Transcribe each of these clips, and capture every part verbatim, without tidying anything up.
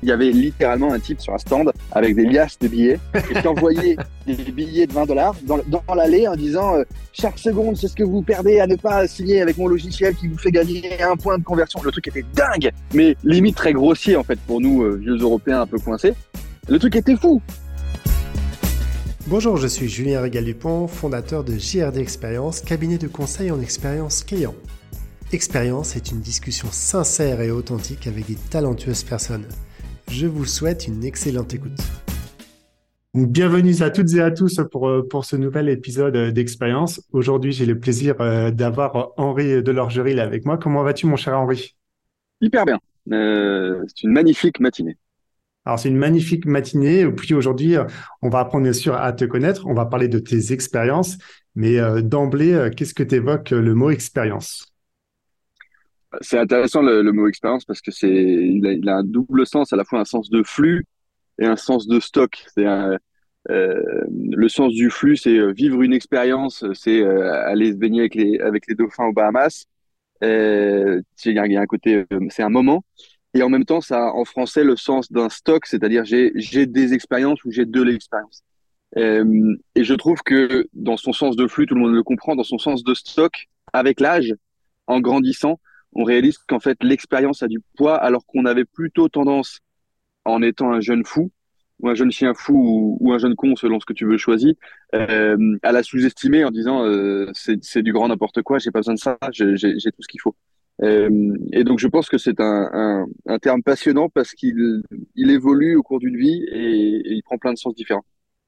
il y avait littéralement un type sur un stand avec des liasses de billets et qui envoyait des billets de vingt dollars dans, dans l'allée en disant euh, chaque seconde, c'est ce que vous perdez à ne pas signer avec mon logiciel qui vous fait gagner un point de conversion. Le truc était dingue, mais limite très grossier en fait pour nous, euh, vieux Européens un peu coincés. Le truc était fou. Bonjour, je suis Julien Régal-Dupont, fondateur de J R D Expérience, cabinet de conseil en expérience client. Expérience est une discussion sincère et authentique avec des talentueuses personnes. Je vous souhaite une excellente écoute. Bienvenue à toutes et à tous pour, pour ce nouvel épisode d'Expérience. Aujourd'hui, j'ai le plaisir d'avoir Henri Delorgerie là avec moi. Comment vas-tu, mon cher Henri? Hyper bien. Euh, c'est une magnifique matinée. Alors, c'est une magnifique matinée. Puis aujourd'hui, on va apprendre bien sûr à te connaître. On va parler de tes expériences. Mais euh, d'emblée, qu'est-ce que t'évoque le mot expérience? C'est intéressant le, le mot expérience parce que c'est, il a, il a un double sens, à la fois un sens de flux et un sens de stock. C'est un, euh, le sens du flux, c'est euh, vivre une expérience, c'est euh, aller se baigner avec les, avec les dauphins aux Bahamas. Euh, il y a, il y a un côté, euh, c'est un moment. Et en même temps, ça a en français le sens d'un stock, c'est-à-dire j'ai, j'ai des expériences ou j'ai de l'expérience. Euh, et je trouve que dans son sens de flux, tout le monde le comprend, dans son sens de stock, avec l'âge, en grandissant, on réalise qu'en fait l'expérience a du poids alors qu'on avait plutôt tendance, en étant un jeune fou, ou un jeune chien fou, ou, ou un jeune con selon ce que tu veux choisir, euh, à la sous-estimer en disant euh, c'est, c'est du grand n'importe quoi, j'ai pas besoin de ça, j'ai, j'ai, j'ai tout ce qu'il faut. Euh, et donc je pense que c'est un, un, un terme passionnant parce qu'il il évolue au cours d'une vie et, et il prend plein de sens différents.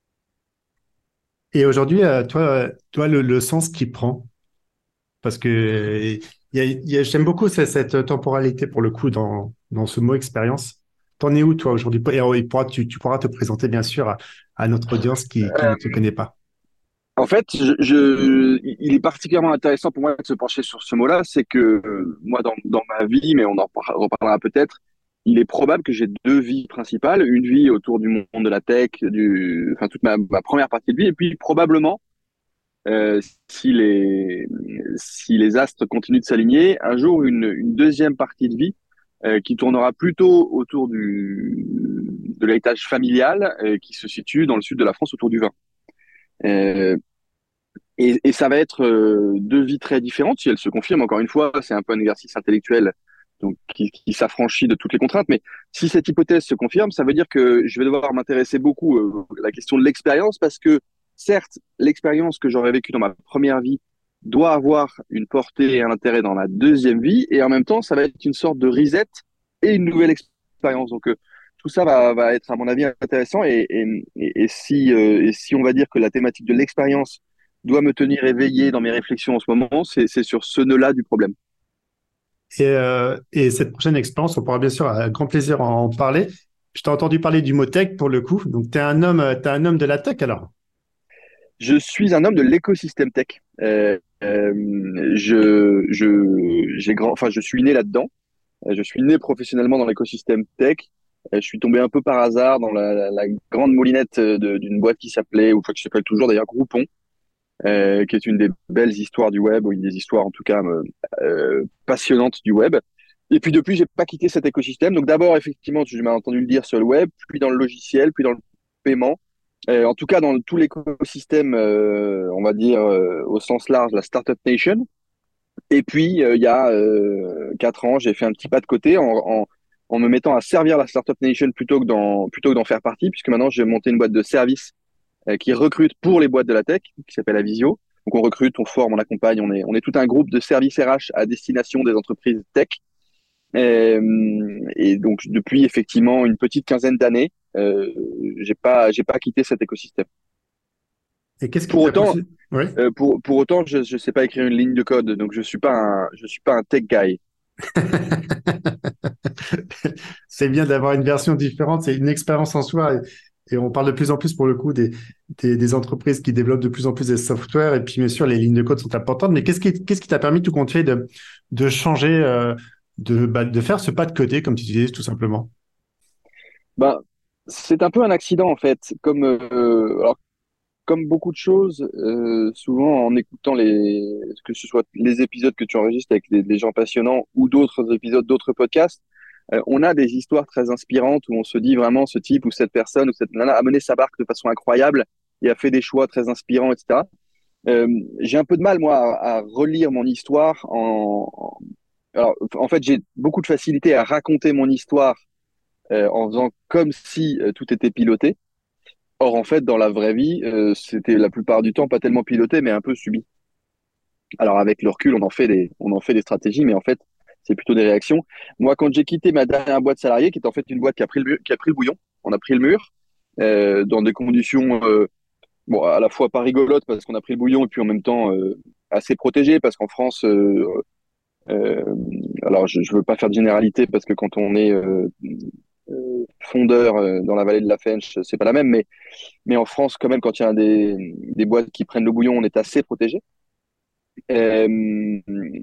Et aujourd'hui, euh, toi, toi le, le sens qu'il prend, parce que euh, il y a, il y a- j'aime beaucoup cette, cette temporalité pour le coup dans, dans ce mot expérience. T'en es où toi aujourd'hui? Et euh, il pourra, tu, tu pourras te présenter bien sûr à, à notre audience qui, qui ne te connaît pas. En fait, je, je, il est particulièrement intéressant pour moi de se pencher sur ce mot-là, c'est que euh, moi, dans, dans ma vie, mais on en par- reparlera peut-être, il est probable que j'ai deux vies principales, une vie autour du monde de la tech, du, enfin toute ma, ma première partie de vie, et puis probablement, euh, si les, si les astres continuent de s'aligner, un jour une, une deuxième partie de vie euh, qui tournera plutôt autour du, de l'héritage familial, euh, qui se situe dans le sud de la France autour du vin. Euh, Et, et ça va être euh, deux vies très différentes. Si elles se confirment, encore une fois, c'est un peu un exercice intellectuel donc qui, qui s'affranchit de toutes les contraintes. Mais si cette hypothèse se confirme, ça veut dire que je vais devoir m'intéresser beaucoup euh, à la question de l'expérience parce que certes, l'expérience que j'aurais vécue dans ma première vie doit avoir une portée et un intérêt dans la deuxième vie. Et en même temps, ça va être une sorte de reset et une nouvelle expérience. Donc, euh, tout ça va, va être, à mon avis, intéressant. Et, et, et, et si, euh, et si on va dire que la thématique de l'expérience doit me tenir éveillé dans mes réflexions en ce moment, c'est, c'est sur ce nœud-là du problème. Et, euh, et cette prochaine expérience, on pourra bien sûr avec grand plaisir en parler. Je t'ai entendu parler du mot tech pour le coup. Donc, tu es un homme, t'es un homme de la tech alors. Je suis un homme de l'écosystème tech. Euh, euh, je, je, j'ai grand, enfin, je suis né là-dedans. Euh, Je suis né professionnellement dans l'écosystème tech. Euh, Je suis tombé un peu par hasard dans la, la, la grande moulinette de- d'une boîte qui s'appelait, ou enfin, qui s'appelle toujours d'ailleurs Groupon, euh, qui est une des belles histoires du web, ou une des histoires en tout cas euh, euh, passionnantes du web. Et puis depuis, j'ai pas quitté cet écosystème. Donc d'abord, effectivement, tu m'as entendu le dire sur le web, puis dans le logiciel, puis dans le paiement. Euh, en tout cas, dans tout l'écosystème, euh, on va dire euh, au sens large, la Startup Nation. Et puis, euh, il y a euh, quatre ans, j'ai fait un petit pas de côté en, en, en me mettant à servir la Startup Nation plutôt que d'en, plutôt que d'en faire partie, puisque maintenant, j'ai monté une boîte de service euh, qui recrute pour les boîtes de la tech, qui s'appelle Avisio. Donc, on recrute, on forme, on accompagne, on est, on est tout un groupe de services R H à destination des entreprises tech. Et, et donc, depuis effectivement une petite quinzaine d'années, euh, j'ai pas, j'ai pas quitté cet écosystème. Et qu'est-ce qui Pour t'a autant, poussé? Oui. euh, pour, pour autant, je ne sais pas écrire une ligne de code, donc je suis pas un, je suis pas un tech guy. C'est bien d'avoir une version différente, c'est une expérience en soi. Et, et on parle de plus en plus pour le coup des, des, des entreprises qui développent de plus en plus des softwares. Et puis bien sûr, les lignes de code sont importantes. Mais qu'est-ce qui, qu'est-ce qui t'a permis tout compte fait de, de changer, euh, de, bah, de faire ce pas de côté, comme tu disais, tout simplement? Ben, c'est un peu un accident en fait. Comme, euh, alors, comme beaucoup de choses, euh, souvent en écoutant les, que ce soit les épisodes que tu enregistres avec des, des gens passionnants ou d'autres épisodes, d'autres podcasts, Euh, on a des histoires très inspirantes où on se dit vraiment ce type ou cette personne ou cette nana a mené sa barque de façon incroyable et a fait des choix très inspirants, et cetera. Euh, j'ai un peu de mal, moi, à, à relire mon histoire en, en- alors, en fait, j'ai beaucoup de facilité à raconter mon histoire euh, en faisant comme si euh, tout était piloté. Or, en fait, dans la vraie vie, euh, c'était la plupart du temps pas tellement piloté, mais un peu subi. Alors, avec le recul, on en fait des, on en fait des stratégies, mais en fait, c'est plutôt des réactions. Moi, quand j'ai quitté ma dernière boîte salariée, qui est en fait une boîte qui a pris le, mu- qui a pris le bouillon, on a pris le mur, euh, dans des conditions, euh, bon, à la fois pas rigolotes parce qu'on a pris le bouillon et puis en même temps euh, assez protégées parce qu'en France, euh, euh, alors je, je veux pas faire de généralité parce que quand on est euh, euh, fondeur euh, dans la vallée de la Fench, c'est pas la même, mais mais en France, quand même, quand il y a des, des boîtes qui prennent le bouillon, on est assez protégé. Euh,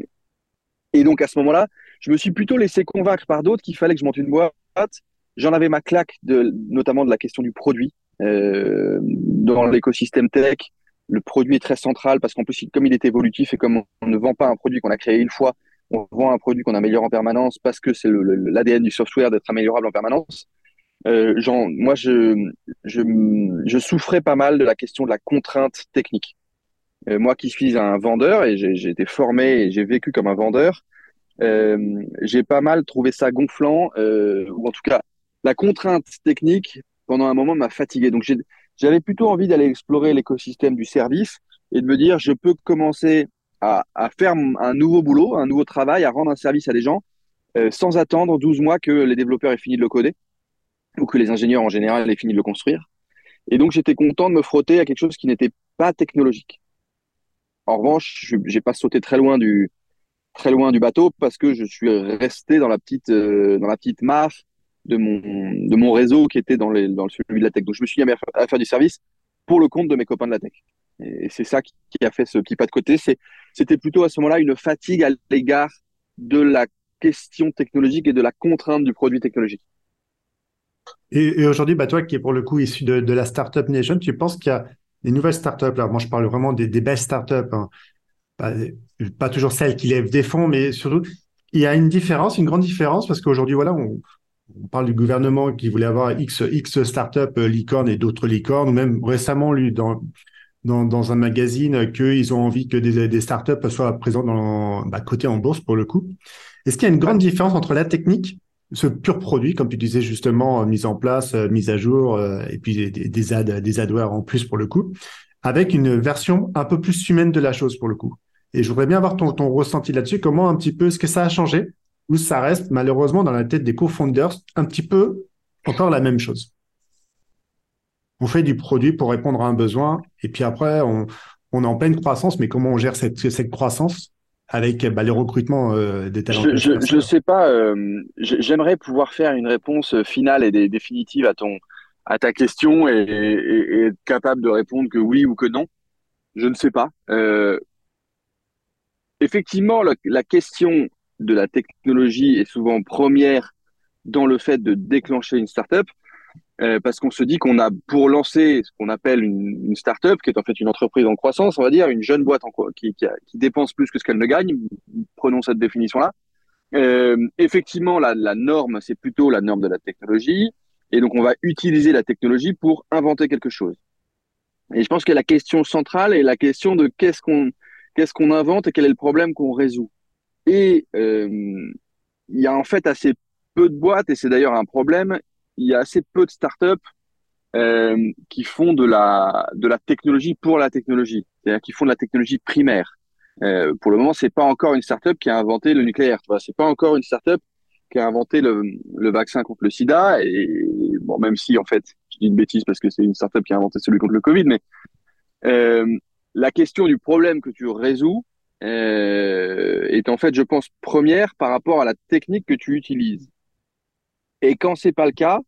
et donc à ce moment-là, je me suis plutôt laissé convaincre par d'autres qu'il fallait que je monte une boîte. J'en avais ma claque, de, notamment de la question du produit. Euh, dans l'écosystème tech, le produit est très central parce qu'en plus, comme il est évolutif et comme on ne vend pas un produit qu'on a créé une fois, on vend un produit qu'on améliore en permanence parce que c'est l'A D N du software d'être améliorable en permanence. Euh, genre, moi, je, je, je souffrais pas mal de la question de la contrainte technique. Euh, moi qui suis un vendeur et j'ai j'ai été formé et j'ai vécu comme un vendeur, euh, j'ai pas mal trouvé ça gonflant, euh, ou en tout cas, la contrainte technique, pendant un moment, m'a fatigué. Donc, j'ai- j'avais plutôt envie d'aller explorer l'écosystème du service et de me dire, je peux commencer à, à faire un nouveau boulot, un nouveau travail, à rendre un service à des gens, euh, sans attendre douze mois que les développeurs aient fini de le coder ou que les ingénieurs en général aient fini de le construire. Et donc, j'étais content de me frotter à quelque chose qui n'était pas technologique. En revanche, je n'ai pas sauté très loin du, très loin du bateau parce que je suis resté dans la petite, euh, dans la petite mare de mon, de mon réseau qui était dans, les, dans celui de la tech. Donc, je me suis mis à, à faire du service pour le compte de mes copains de la tech. Et c'est ça qui, qui a fait ce petit pas de côté. C'est, c'était plutôt à ce moment-là une fatigue à l'égard de la question technologique et de la contrainte du produit technologique. Et, et aujourd'hui, bah, toi qui es pour le coup issu de, de la Startup Nation, tu penses qu'il y a des nouvelles startups, là, moi je parle vraiment des, des belles startups, hein, pas, pas toujours celles qui lèvent des fonds, mais surtout, il y a une différence, une grande différence, parce qu'aujourd'hui, voilà, on, on parle du gouvernement qui voulait avoir X, X startups euh, licornes et d'autres licornes, ou même récemment, lu dans, dans, dans un magazine qu'ils ont envie que des, des startups soient présentes dans, bah, cotées en bourse pour le coup. Est-ce qu'il y a une grande Ouais. différence entre la technique, ce pur produit, comme tu disais justement, euh, mise en place, euh, mise à jour, euh, et puis des, des ads, des adwares en plus pour le coup, avec une version un peu plus humaine de la chose pour le coup. Et je voudrais bien avoir ton, ton ressenti là-dessus, comment un petit peu, est-ce que ça a changé ou ça reste malheureusement dans la tête des co-founders un petit peu encore la même chose. On fait du produit pour répondre à un besoin et puis après, on, on est en pleine croissance, mais comment on gère cette, cette croissance avec bah, les recrutements euh, des Je, talentueuses je, je personnes. sais pas, euh, j'ai- j'aimerais pouvoir faire une réponse finale et dé- définitive à ton, à ta question et, et- et être capable de répondre que oui ou que non. Je ne sais pas. Euh, effectivement, la, la question de la technologie est souvent première dans le fait de déclencher une startup, euh, parce qu'on se dit qu'on a, pour lancer ce qu'on appelle une, une startup, qui est en fait une entreprise en croissance, on va dire, une jeune boîte en, quoi- qui, qui, a- qui dépense plus que ce qu'elle ne gagne, prenons cette définition-là. Euh, effectivement, la, la norme, c'est plutôt la norme de la technologie, et donc on va utiliser la technologie pour inventer quelque chose. Et je pense que la question centrale est la question de qu'est-ce qu'on qu'est-ce qu'on invente et quel est le problème qu'on résout. Et euh, il y a en fait assez peu de boîtes, et c'est d'ailleurs un problème, il y a assez peu de startups euh, qui font de la, de la technologie pour la technologie, c'est-à-dire qui font de la technologie primaire. Euh, pour le moment, c'est pas encore une startup qui a inventé le nucléaire, tu vois, c'est pas encore une startup qui a inventé le, le vaccin contre le sida, et bon, même si en fait, je dis une bêtise parce que c'est une startup qui a inventé celui contre le Covid, mais euh, la question du problème que tu résous euh, est en fait, je pense, première par rapport à la technique que tu utilises. Et quand c'est pas le cas,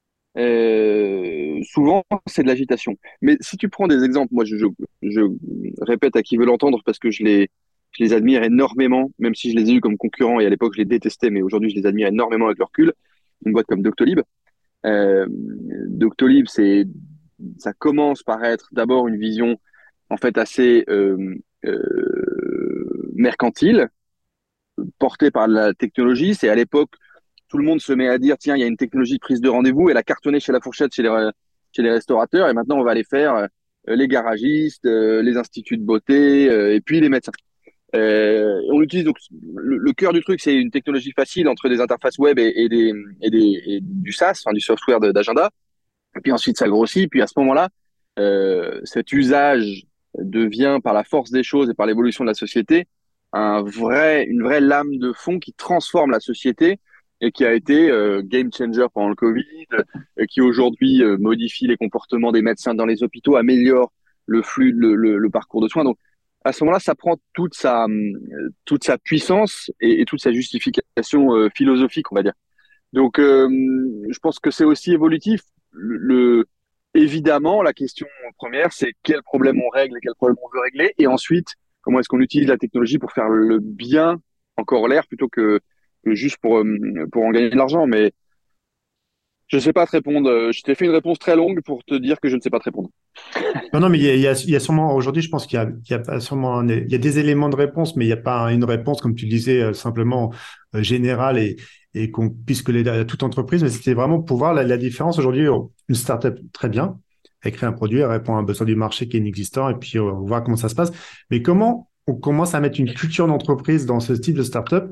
euh, souvent c'est de l'agitation. Mais si tu prends des exemples, moi je, je, je répète à qui veut l'entendre parce que je les, je les admire énormément, même si je les ai eus comme concurrents et à l'époque je les détestais, mais aujourd'hui je les admire énormément avec leur recul. Une boîte comme Doctolib. Euh, Doctolib, c'est, ça commence par être d'abord une vision en fait assez euh, euh, mercantile, portée par la technologie. C'est à l'époque tout le monde se met à dire, tiens, il y a une technologie de prise de rendez-vous, elle a cartonné chez la fourchette, chez les, chez les restaurateurs, et maintenant on va aller faire euh, les garagistes, euh, les instituts de beauté, euh, et puis les médecins. Euh, on utilise donc le, le cœur du truc, c'est une technologie facile entre des interfaces web et, et, des, et, des, et du SaaS, enfin du software de- d'agenda. Et puis ensuite ça grossit. Puis à ce moment-là, euh, cet usage devient par la force des choses et par l'évolution de la société un vrai, une vraie lame de fond qui transforme la société et qui a été euh, game changer pendant le Covid, et qui aujourd'hui euh, modifie les comportements des médecins dans les hôpitaux, améliore le flux, le, le, le parcours de soins. Donc à ce moment-là, ça prend toute sa, euh, toute sa puissance et, et toute sa justification euh, philosophique, on va dire. Donc, euh, je pense que c'est aussi évolutif. Le, le- évidemment, la question première, c'est quel problème on règle et quel problème on veut régler, et ensuite, comment est-ce qu'on utilise la technologie pour faire le bien encore l'air plutôt que, que juste pour euh, pour en gagner de l'argent. Mais je ne sais pas te répondre. Euh, Je t'ai fait une réponse très longue pour te dire que je ne sais pas te répondre. Non, non, mais il y a, il y a, il y a sûrement, aujourd'hui, je pense qu'il y a, il y a pas sûrement, un- il y a des éléments de réponse, mais il n'y a pas une réponse, comme tu le disais, euh, simplement euh, générale et, et qu'on puisse coller à toute entreprise. Mais c'était vraiment pour voir la, la différence. Aujourd'hui, oh, une startup, très bien, elle crée un produit, elle répond à un besoin du marché qui est inexistant, et puis euh, on voit comment ça se passe. Mais comment on commence à mettre une culture d'entreprise dans ce type de startup,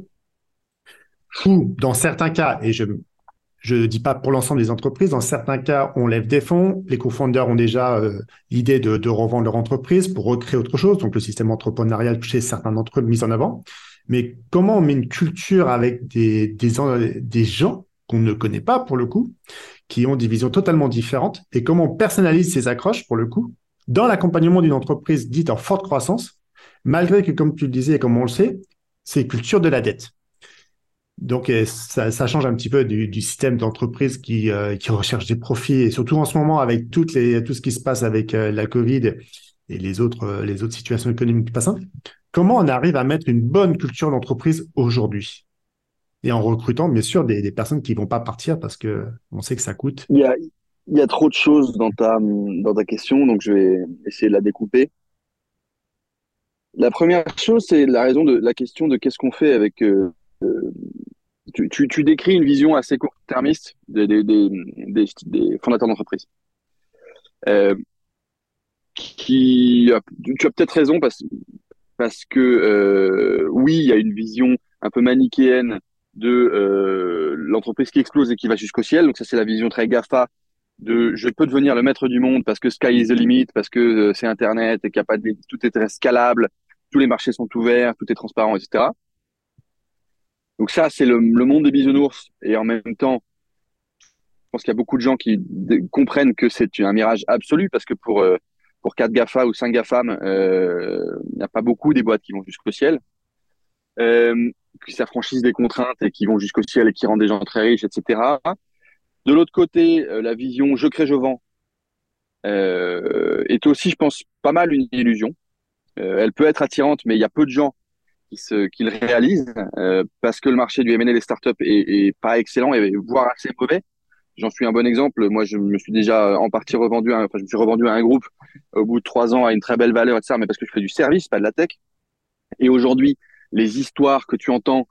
ou dans certains cas, et je je ne dis pas pour l'ensemble des entreprises. Dans certains cas, on lève des fonds. Les cofondeurs ont déjà euh, l'idée de, de revendre leur entreprise pour recréer autre chose. Donc, le système entrepreneurial chez certains d'entre eux mis en avant. Mais comment on met une culture avec des, des, des gens qu'on ne connaît pas pour le coup, qui ont des visions totalement différentes, et comment on personnalise ces accroches pour le coup dans l'accompagnement d'une entreprise dite en forte croissance, malgré que, comme tu le disais et comme on le sait, c'est culture de la dette. Donc, euh, ça, ça change un petit peu du, du système d'entreprise qui, euh, qui recherche des profits, et surtout en ce moment avec toutes les, tout ce qui se passe avec euh, la Covid et les autres, euh, les autres situations économiques pas simples. Comment on arrive à mettre une bonne culture d'entreprise aujourd'hui? Et en recrutant, bien sûr, des, des personnes qui vont pas partir parce que on sait que ça coûte. Il y a, il y a trop de choses dans ta, dans ta question, donc je vais essayer de la découper. La première chose, c'est la raison de la question de qu'est-ce qu'on fait avec euh, euh, tu, tu, tu décris une vision assez court-termiste des, des, des, des, des fondateurs d'entreprise. Euh, qui, tu as peut-être raison parce, parce que euh, oui, il y a une vision un peu manichéenne de euh, l'entreprise qui explose et qui va jusqu'au ciel. Donc ça, c'est la vision très GAFA de je peux devenir le maître du monde parce que sky is the limit, parce que euh, c'est Internet et qu'il y a pas de, tout est très scalable, tous les marchés sont ouverts, tout est transparent, et cetera. Donc ça, c'est le, le monde des bisounours. Et en même temps, je pense qu'il y a beaucoup de gens qui d- comprennent que c'est un mirage absolu parce que pour, euh, pour quatre GAFA ou cinq GAFAM, euh, il n'y a pas beaucoup des boîtes qui vont jusqu'au ciel, euh, qui s'affranchissent des contraintes et qui vont jusqu'au ciel et qui rendent des gens très riches, et cetera. De l'autre côté, euh, la vision je crée, je vends euh, est aussi, je pense, pas mal une illusion. Euh, elle peut être attirante, mais il y a peu de gens qui, se, qui le réalisent euh, parce que le marché du M and A des startups est, est pas excellent et voire assez mauvais. J'en suis un bon exemple. Moi, je me suis déjà en partie revendu, à, enfin, je me suis revendu à un groupe au bout de trois ans à une très belle valeur, et cetera. Mais parce que je fais du service, pas de la tech. Et aujourd'hui, les histoires que tu entends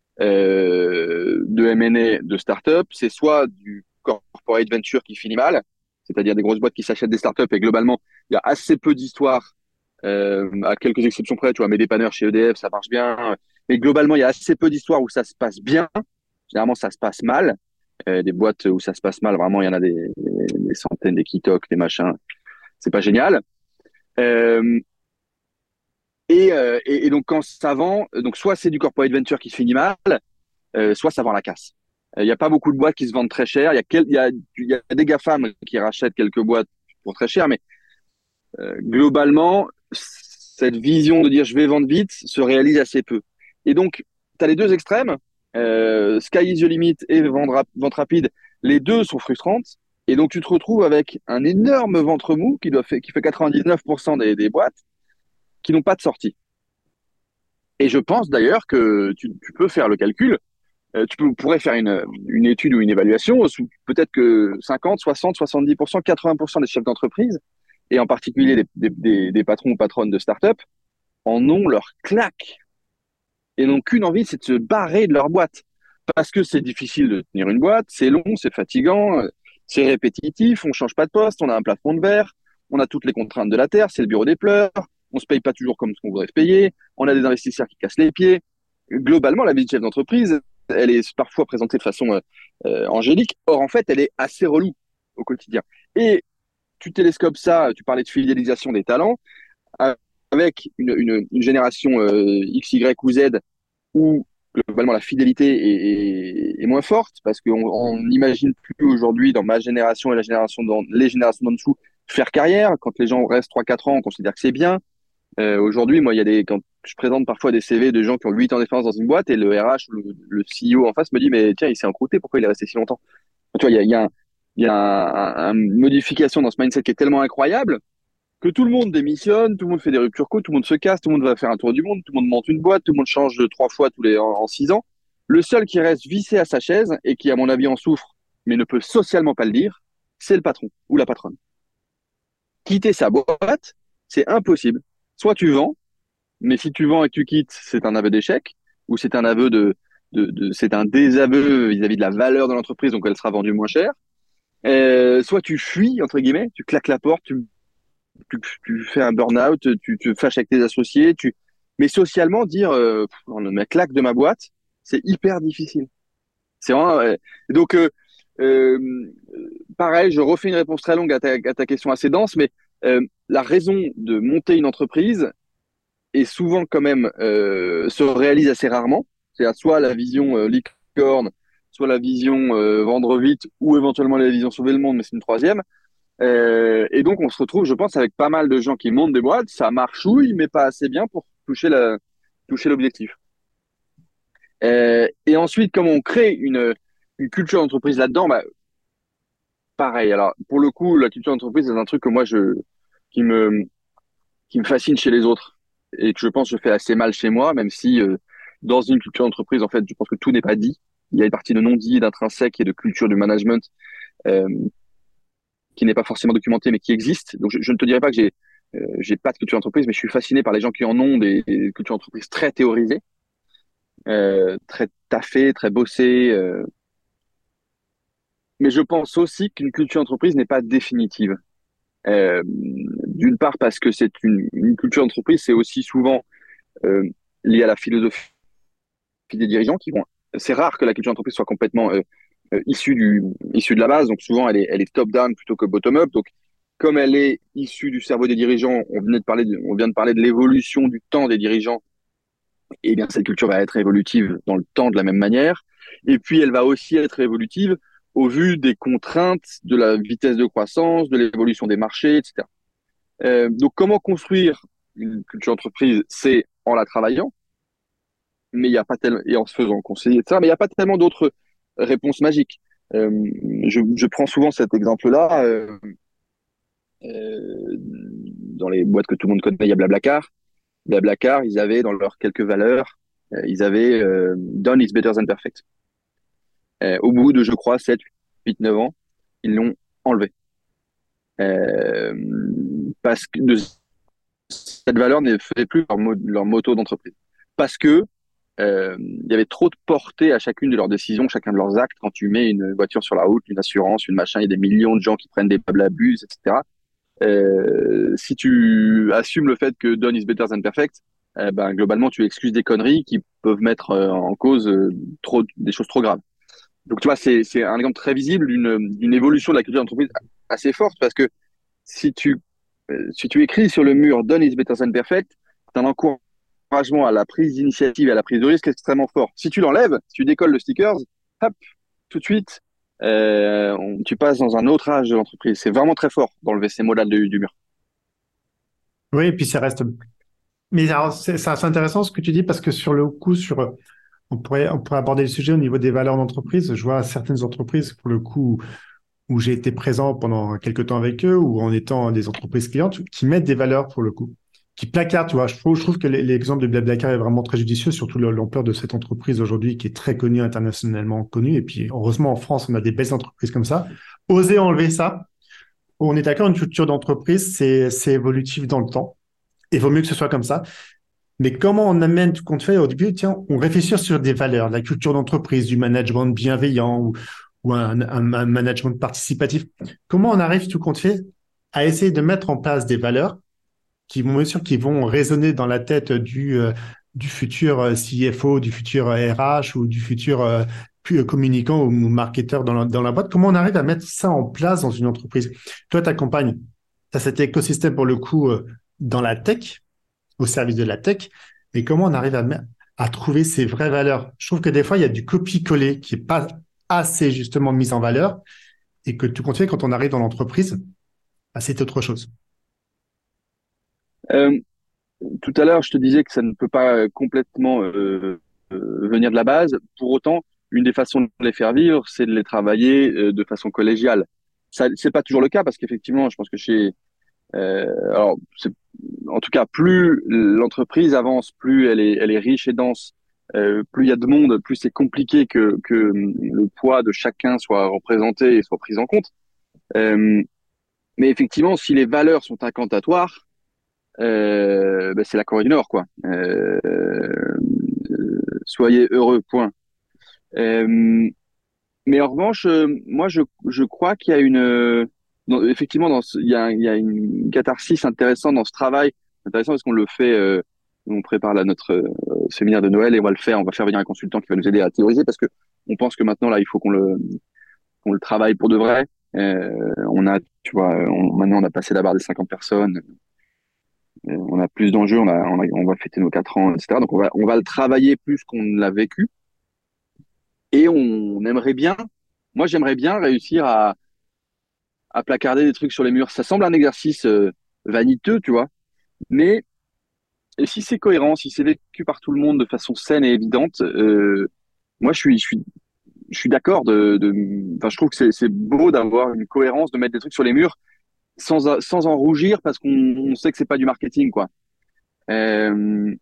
euh, de M and A de startup, c'est soit du corporate venture qui finit mal, c'est-à-dire des grosses boîtes qui s'achètent des startups et globalement, il y a assez peu d'histoires, euh, à quelques exceptions près, tu vois, mes dépanneurs chez E D F, ça marche bien. Mais globalement, il y a assez peu d'histoires où ça se passe bien. Généralement, ça se passe mal. Euh, des boîtes où ça se passe mal, vraiment, il y en a des, des centaines, des Kitok, des machins. C'est pas génial. Euh, et, euh, et, et donc, quand ça vend, donc soit c'est du corporate venture qui se finit mal, euh, soit ça vend la casse. Il n'y a pas beaucoup de boîtes qui se vendent très cher. Il y a, quel, il y a, il y a des GAFAM qui rachètent quelques boîtes pour très cher, mais euh, globalement, cette vision de dire je vais vendre vite se réalise assez peu. Et donc, tu as les deux extrêmes, euh, sky is the limit et vendre, vente rapide. Les deux sont frustrantes. Et donc, tu te retrouves avec un énorme ventre mou qui, doit fait, qui fait quatre-vingt-dix-neuf pour cent des, des boîtes qui n'ont pas de sortie. Et je pense d'ailleurs que tu, tu peux faire le calcul. Euh, tu peux, pourrais faire une, une étude ou une évaluation. Peut-être que cinquante, soixante, soixante-dix pour cent, quatre-vingts pour cent des chefs d'entreprise, et en particulier des, des, des, des patrons ou patronnes de start-up, en ont leur claque et n'ont qu'une envie, c'est de se barrer de leur boîte. parce que c'est difficile de tenir une boîte, c'est long, c'est fatigant, euh, c'est répétitif, on change pas de poste, on a un plafond de verre, on a toutes les contraintes de la terre, c'est le bureau des pleurs, on se paye pas toujours comme ce qu'on voudrait se payer, on a des investisseurs qui cassent les pieds. Globalement, la vie de chef d'entreprise, elle est parfois présentée de façon euh, euh, angélique. Or, en fait, elle est assez relou au quotidien. Et tu télescopes ça, tu parlais de fidélisation des talents, avec une, une, une génération euh, X, Y ou Z où globalement la fidélité est, est, est moins forte parce qu'on n'imagine plus aujourd'hui dans ma génération et la génération dans les générations d'en dessous faire carrière. Quand les gens restent trois quatre ans, on considère que c'est bien. Euh, aujourd'hui, moi, il y a des, quand je présente parfois des C V de gens qui ont huit ans d'expérience dans une boîte et le R H ou le, le C E O en face me dit, mais tiens, il s'est encrouté, pourquoi il est resté si longtemps? Tu vois, il y a, il y a, un, il y a un, un, une modification dans ce mindset qui est tellement incroyable que tout le monde démissionne, tout le monde fait des ruptures co, tout le monde se casse, tout le monde va faire un tour du monde, tout le monde monte une boîte, tout le monde change trois fois tous les, en, en six ans. Le seul qui reste vissé à sa chaise et qui, à mon avis, en souffre, mais ne peut socialement pas le dire, c'est le patron ou la patronne. Quitter sa boîte, c'est impossible. Soit tu vends, mais si tu vends et que tu quittes, c'est un aveu d'échec, ou c'est un aveu de, de, de c'est un désaveu vis-à-vis de la valeur de l'entreprise, donc elle sera vendue moins cher. Euh, soit tu fuis, entre guillemets, tu claques la porte, tu tu, tu fais un burn-out, tu te fâches avec tes associés, tu... mais socialement, dire euh, on me claque de ma boîte, c'est hyper difficile. C'est vraiment, euh, donc, euh, euh, pareil, je refais une réponse très longue à ta, à ta question assez dense, mais euh, la raison de monter une entreprise est souvent quand même euh, se réalise assez rarement. C'est soit la vision euh, licorne, soit la vision euh, vendre vite, ou éventuellement la vision sauver le monde, mais c'est une troisième. Euh, et donc, on se retrouve, je pense, avec pas mal de gens qui montent des boîtes. Ça marchouille, mais pas assez bien pour toucher la, toucher l'objectif. Euh, et ensuite, comment on crée une, une culture d'entreprise là-dedans, bah, pareil. Alors, pour le coup, la culture d'entreprise, c'est un truc que moi, je, qui me, qui me fascine chez les autres et que je pense que je fais assez mal chez moi, même si euh, dans une culture d'entreprise, en fait, je pense que tout n'est pas dit. Il y a une partie de non-dit, d'intrinsèque et de culture du management euh, qui n'est pas forcément documenté, mais qui existe. Donc, je, je ne te dirais pas que j'ai euh, j'ai pas de culture d'entreprise, mais je suis fasciné par les gens qui en ont des, des cultures d'entreprise très théorisées, euh, très taffées, très bossées. Euh. Mais je pense aussi qu'une culture d'entreprise n'est pas définitive. Euh, d'une part parce que c'est une, une culture d'entreprise, c'est aussi souvent euh, lié à la philosophie des dirigeants qui vont. C'est rare que la culture d'entreprise soit complètement euh, euh, issue du issue de la base, donc souvent elle est elle est top down plutôt que bottom up. Donc comme elle est issue du cerveau des dirigeants, on venait de parler de, on vient de parler de l'évolution du temps des dirigeants. Et bien cette culture va être évolutive dans le temps de la même manière. Et puis elle va aussi être évolutive au vu des contraintes, de la vitesse de croissance, de l'évolution des marchés, et cetera. Euh, donc comment construire une culture d'entreprise, c'est en la travaillant, mais il y a pas tellement et en se faisant conseiller de ça, mais il n'y a pas tellement d'autres réponses magiques. Euh, je, je prends souvent cet exemple-là. Euh, euh, dans les boîtes que tout le monde connaît, il y a Blablacar. Blablacar, ils avaient dans leurs quelques valeurs, euh, ils avaient euh, Done is better than perfect. Euh, au bout de, je crois, sept, huit, neuf ans, ils l'ont enlevé. Euh, parce que de, cette valeur ne faisait plus leur, mo leur moto d'entreprise. Parce que euh, il y avait trop de portée à chacune de leurs décisions, chacun de leurs actes. Quand tu mets une voiture sur la route, une assurance, une machin, il y a des millions de gens qui prennent des blabus, et cetera. Euh, si tu assumes le fait que done is better than perfect, euh, ben, globalement, tu excuses des conneries qui peuvent mettre euh, en cause euh, trop, des choses trop graves. Donc, tu vois, c'est, c'est un exemple très visible d'une, d'une évolution de la culture d'entreprise assez forte parce que si tu, euh, si tu écris sur le mur done is better than perfect, c'est un encouragement à la prise d'initiative et à la prise de risque extrêmement fort. Si tu l'enlèves, si tu décolles le stickers, hop, tout de suite, euh, on, tu passes dans un autre âge de l'entreprise. C'est vraiment très fort d'enlever ces mots-là du, du mur. Oui, et puis ça reste. Mais alors, c'est c'est assez intéressant ce que tu dis parce que sur le coup, sur on pourrait, on pourrait aborder le sujet au niveau des valeurs d'entreprise. Je vois certaines entreprises, pour le coup, où j'ai été présent pendant quelques temps avec eux, ou en étant des entreprises clientes, qui mettent des valeurs pour le coup, qui placardent, tu vois. Je trouve, je trouve que l'exemple de Blablacar est vraiment très judicieux, surtout l'ampleur de cette entreprise aujourd'hui qui est très connue, internationalement connue. Et puis, heureusement, en France, on a des belles entreprises comme ça. Oser enlever ça. On est d'accord, une culture d'entreprise, c'est, c'est évolutif dans le temps. Il vaut mieux que ce soit comme ça. Mais comment on amène tout compte fait au début, tiens, on réfléchit sur des valeurs, la culture d'entreprise, du management bienveillant ou, ou un, un- un management participatif. Comment on arrive tout compte fait à essayer de mettre en place des valeurs qui vont, bien sûr, qui vont résonner dans la tête du, euh, du futur euh, C F O, du futur euh, R H ou du futur euh, pu- euh, communicant ou marketeur dans la, dans la boîte. Comment on arrive à mettre ça en place dans une entreprise? Toi, ta compagne, tu as cet écosystème pour le coup euh, dans la tech, au service de la tech, mais comment on arrive à, me- à trouver ces vraies valeurs? Je trouve que des fois, il y a du copier-coller qui est pas assez justement mis en valeur et que tout compte fait, quand on arrive dans l'entreprise, bah, c'est autre chose. Euh, Tout à l'heure, je te disais que ça ne peut pas euh, complètement euh, euh, venir de la base. Pour autant, une des façons de les faire vivre, c'est de les travailler euh, de façon collégiale. Ça, c'est pas toujours le cas parce qu'effectivement, je pense que chez, euh, alors, c'est- en tout cas, plus l'entreprise avance, plus elle est, elle est riche et dense, euh, plus il y a de monde, plus c'est compliqué que, que le poids de chacun soit représenté et soit pris en compte. Euh, mais effectivement, si les valeurs sont incantatoires, euh, ben, c'est la Corée du Nord, quoi. Euh, euh, soyez heureux, point. Euh, mais en revanche, euh, moi, je, je crois qu'il y a une, euh, dans- effectivement, dans ce- il y a, il y a une catharsis intéressante dans ce travail, intéressant parce qu'on le fait, euh, on prépare là notre euh, séminaire de Noël et on va le faire, on va faire venir un consultant qui va nous aider à théoriser parce que on pense que maintenant là, il faut qu'on le, qu'on le travaille pour de vrai. Euh, on a, tu vois, on- maintenant on a passé la barre des cinquante personnes. Euh, on a plus d'enjeux, on a, on a- on va fêter nos quatre ans, et cetera. Donc on va, on va le travailler plus qu'on ne l'a vécu. Et on aimerait bien, moi j'aimerais bien réussir à, à placarder des trucs sur les murs. Ça semble un exercice euh, vaniteux, tu vois. Mais et si c'est cohérent, si c'est vécu par tout le monde de façon saine et évidente, euh, moi je suis, je suis, je suis d'accord de, de, enfin je trouve que c'est, c'est beau d'avoir une cohérence, de mettre des trucs sur les murs sans, sans en rougir parce qu'on on sait que c'est pas du marketing, quoi. Euh,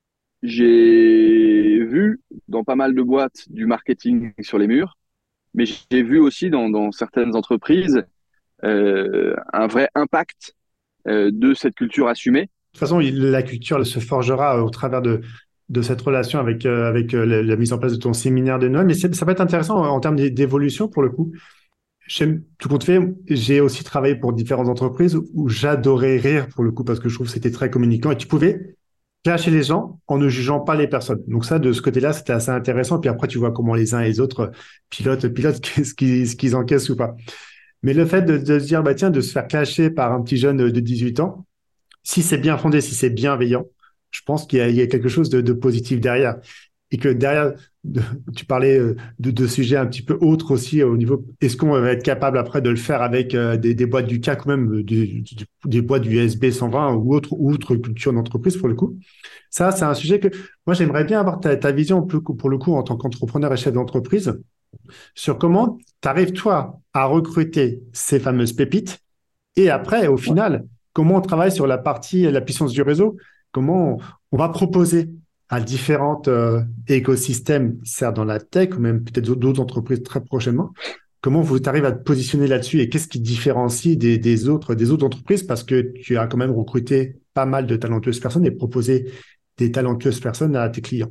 J'ai vu dans pas mal de boîtes du marketing sur les murs, mais j'ai vu aussi dans, dans certaines entreprises euh, un vrai impact euh, de cette culture assumée. De toute façon, il- la culture se forgera au travers de, de cette relation avec, euh, avec euh, la, la mise en place de ton séminaire de Noël. Mais c'est- ça va être intéressant en, en termes d'é- d'évolution pour le coup. J'aime, tout compte fait, j'ai aussi travaillé pour différentes entreprises où j'adorais rire pour le coup parce que je trouve que c'était très communicant et tu pouvais clasher les gens en ne jugeant pas les personnes. Donc ça, de ce côté-là, c'était assez intéressant. Puis après, tu vois comment les uns et les autres pilotent, pilotent ce qu'ils ce qu'ils encaissent ou pas. Mais le fait de, de se dire, bah tiens, de se faire clasher par un petit jeune de dix-huit ans, si c'est bien fondé, si c'est bienveillant, je pense qu'il y a, il y a quelque chose de, de positif derrière. Et que derrière, de- tu parlais euh, de, de sujets un petit peu autres aussi euh, au niveau, est-ce qu'on va être capable après de le faire avec euh, des, des boîtes du C A C ou même euh, du- du- des boîtes du S B cent vingt ou autre, ou autre culture d'entreprise pour le coup. Ça, c'est un sujet que moi, j'aimerais bien avoir ta, ta vision pour le coup, pour le coup, en tant qu'entrepreneur et chef d'entreprise sur comment tu arrives, toi, à recruter ces fameuses pépites et après, au Ouais. final, comment on travaille sur la partie, la puissance du réseau, comment on, on va proposer à différents euh, écosystèmes, certes dans la tech ou même peut-être d'autres entreprises très prochainement, comment vous arrivez à te positionner là-dessus et qu'est-ce qui te différencie des, des autres, des autres entreprises parce que tu as quand même recruté pas mal de talentueuses personnes et proposé des talentueuses personnes à tes clients.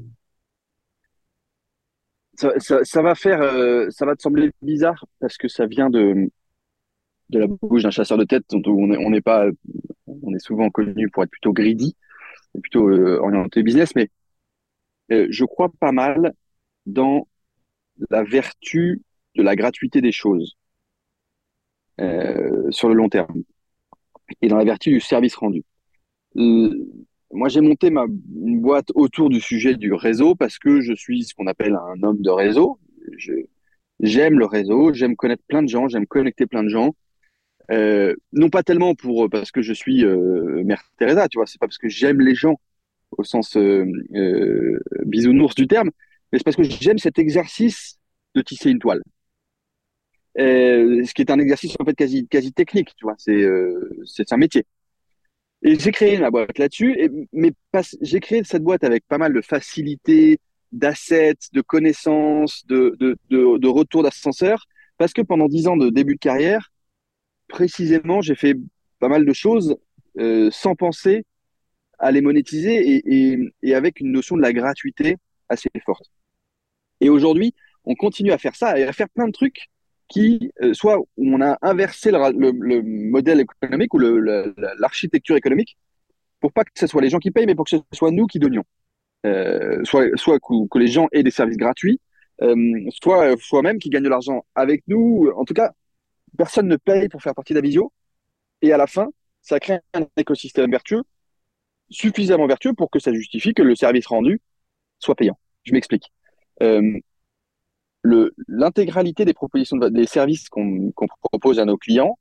Ça, ça, ça va faire, euh, ça va te sembler bizarre parce que ça vient de, de la bouche d'un chasseur de tête dont on est, on n'est pas, on est souvent connu pour être plutôt greedy, et plutôt euh, orienté business, mais euh, je crois pas mal dans la vertu de la gratuité des choses euh, sur le long terme et dans la vertu du service rendu. Euh, Moi, j'ai monté ma, une boîte autour du sujet du réseau parce que je suis ce qu'on appelle un homme de réseau. Je, j'aime le réseau, j'aime connaître plein de gens, j'aime connecter plein de gens. Euh, non pas tellement pour parce que je suis euh, Mère Teresa, tu vois, c'est pas parce que j'aime les gens au sens euh, euh, bisounours du terme, mais c'est parce que j'aime cet exercice de tisser une toile. Euh, ce qui est un exercice en fait quasi quasi technique, tu vois, c'est euh, c'est un métier. Et j'ai créé ma boîte là-dessus, et, mais pas- j'ai créé cette boîte avec pas mal de facilité, d'assets, de connaissances, de, de, de, de retour d'ascenseur, parce que pendant dix ans de début de carrière, précisément, j'ai fait pas mal de choses euh, sans penser à les monétiser et, et, et avec une notion de la gratuité assez forte. Et aujourd'hui, on continue à faire ça et à faire plein de trucs qui, euh, soit où on a inversé le, le, le modèle économique ou le, le, l'architecture économique pour pas que ce soit les gens qui payent, mais pour que ce soit nous qui donnions. Euh, soit soit que, que les gens aient des services gratuits, euh, soit, soit même qu'ils gagnent de l'argent avec nous. En tout cas, personne ne paye pour faire partie d'Avisio. Et à la fin, ça crée un écosystème vertueux, suffisamment vertueux pour que ça justifie que le service rendu soit payant. Je m'explique. Euh, le, l'intégralité des propositions, de, des services qu'on, qu'on propose à nos clients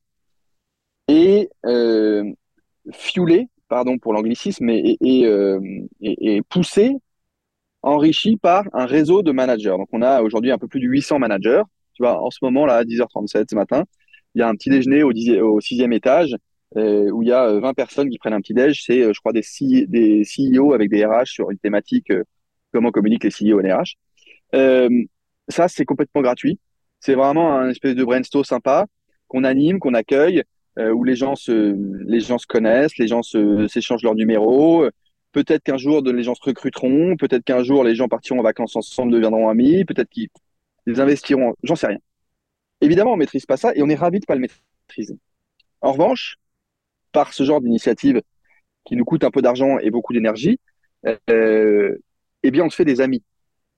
est euh, fuelée, pardon pour l'anglicisme, et, et, euh, et, et poussée, enrichie par un réseau de managers. Donc, on a aujourd'hui un peu plus de huit cents managers. Tu vois, en ce moment, là, à dix heures trente-sept ce matin, il y a un petit déjeuner au, dix, au sixième étage euh, où il y a vingt personnes qui prennent un petit déj. C'est, euh, je crois, des, C, des C E O avec des R H sur une thématique euh, comment communiquent les C E O et les R H. Euh, ça, c'est complètement gratuit. C'est vraiment un espèce de brainstorm sympa qu'on anime, qu'on accueille, euh, où les gens se, les gens se connaissent, les gens se, s'échangent leurs numéros. Peut-être qu'un jour, de- les gens se recruteront. Peut-être qu'un jour, les gens partiront en vacances ensemble, deviendront amis. Peut-être qu'ils ils investiront. J'en sais rien. Évidemment, on maîtrise pas ça et on est ravi de pas le maîtriser. En revanche, par ce genre d'initiative qui nous coûte un peu d'argent et beaucoup d'énergie, euh, eh bien, on se fait des amis.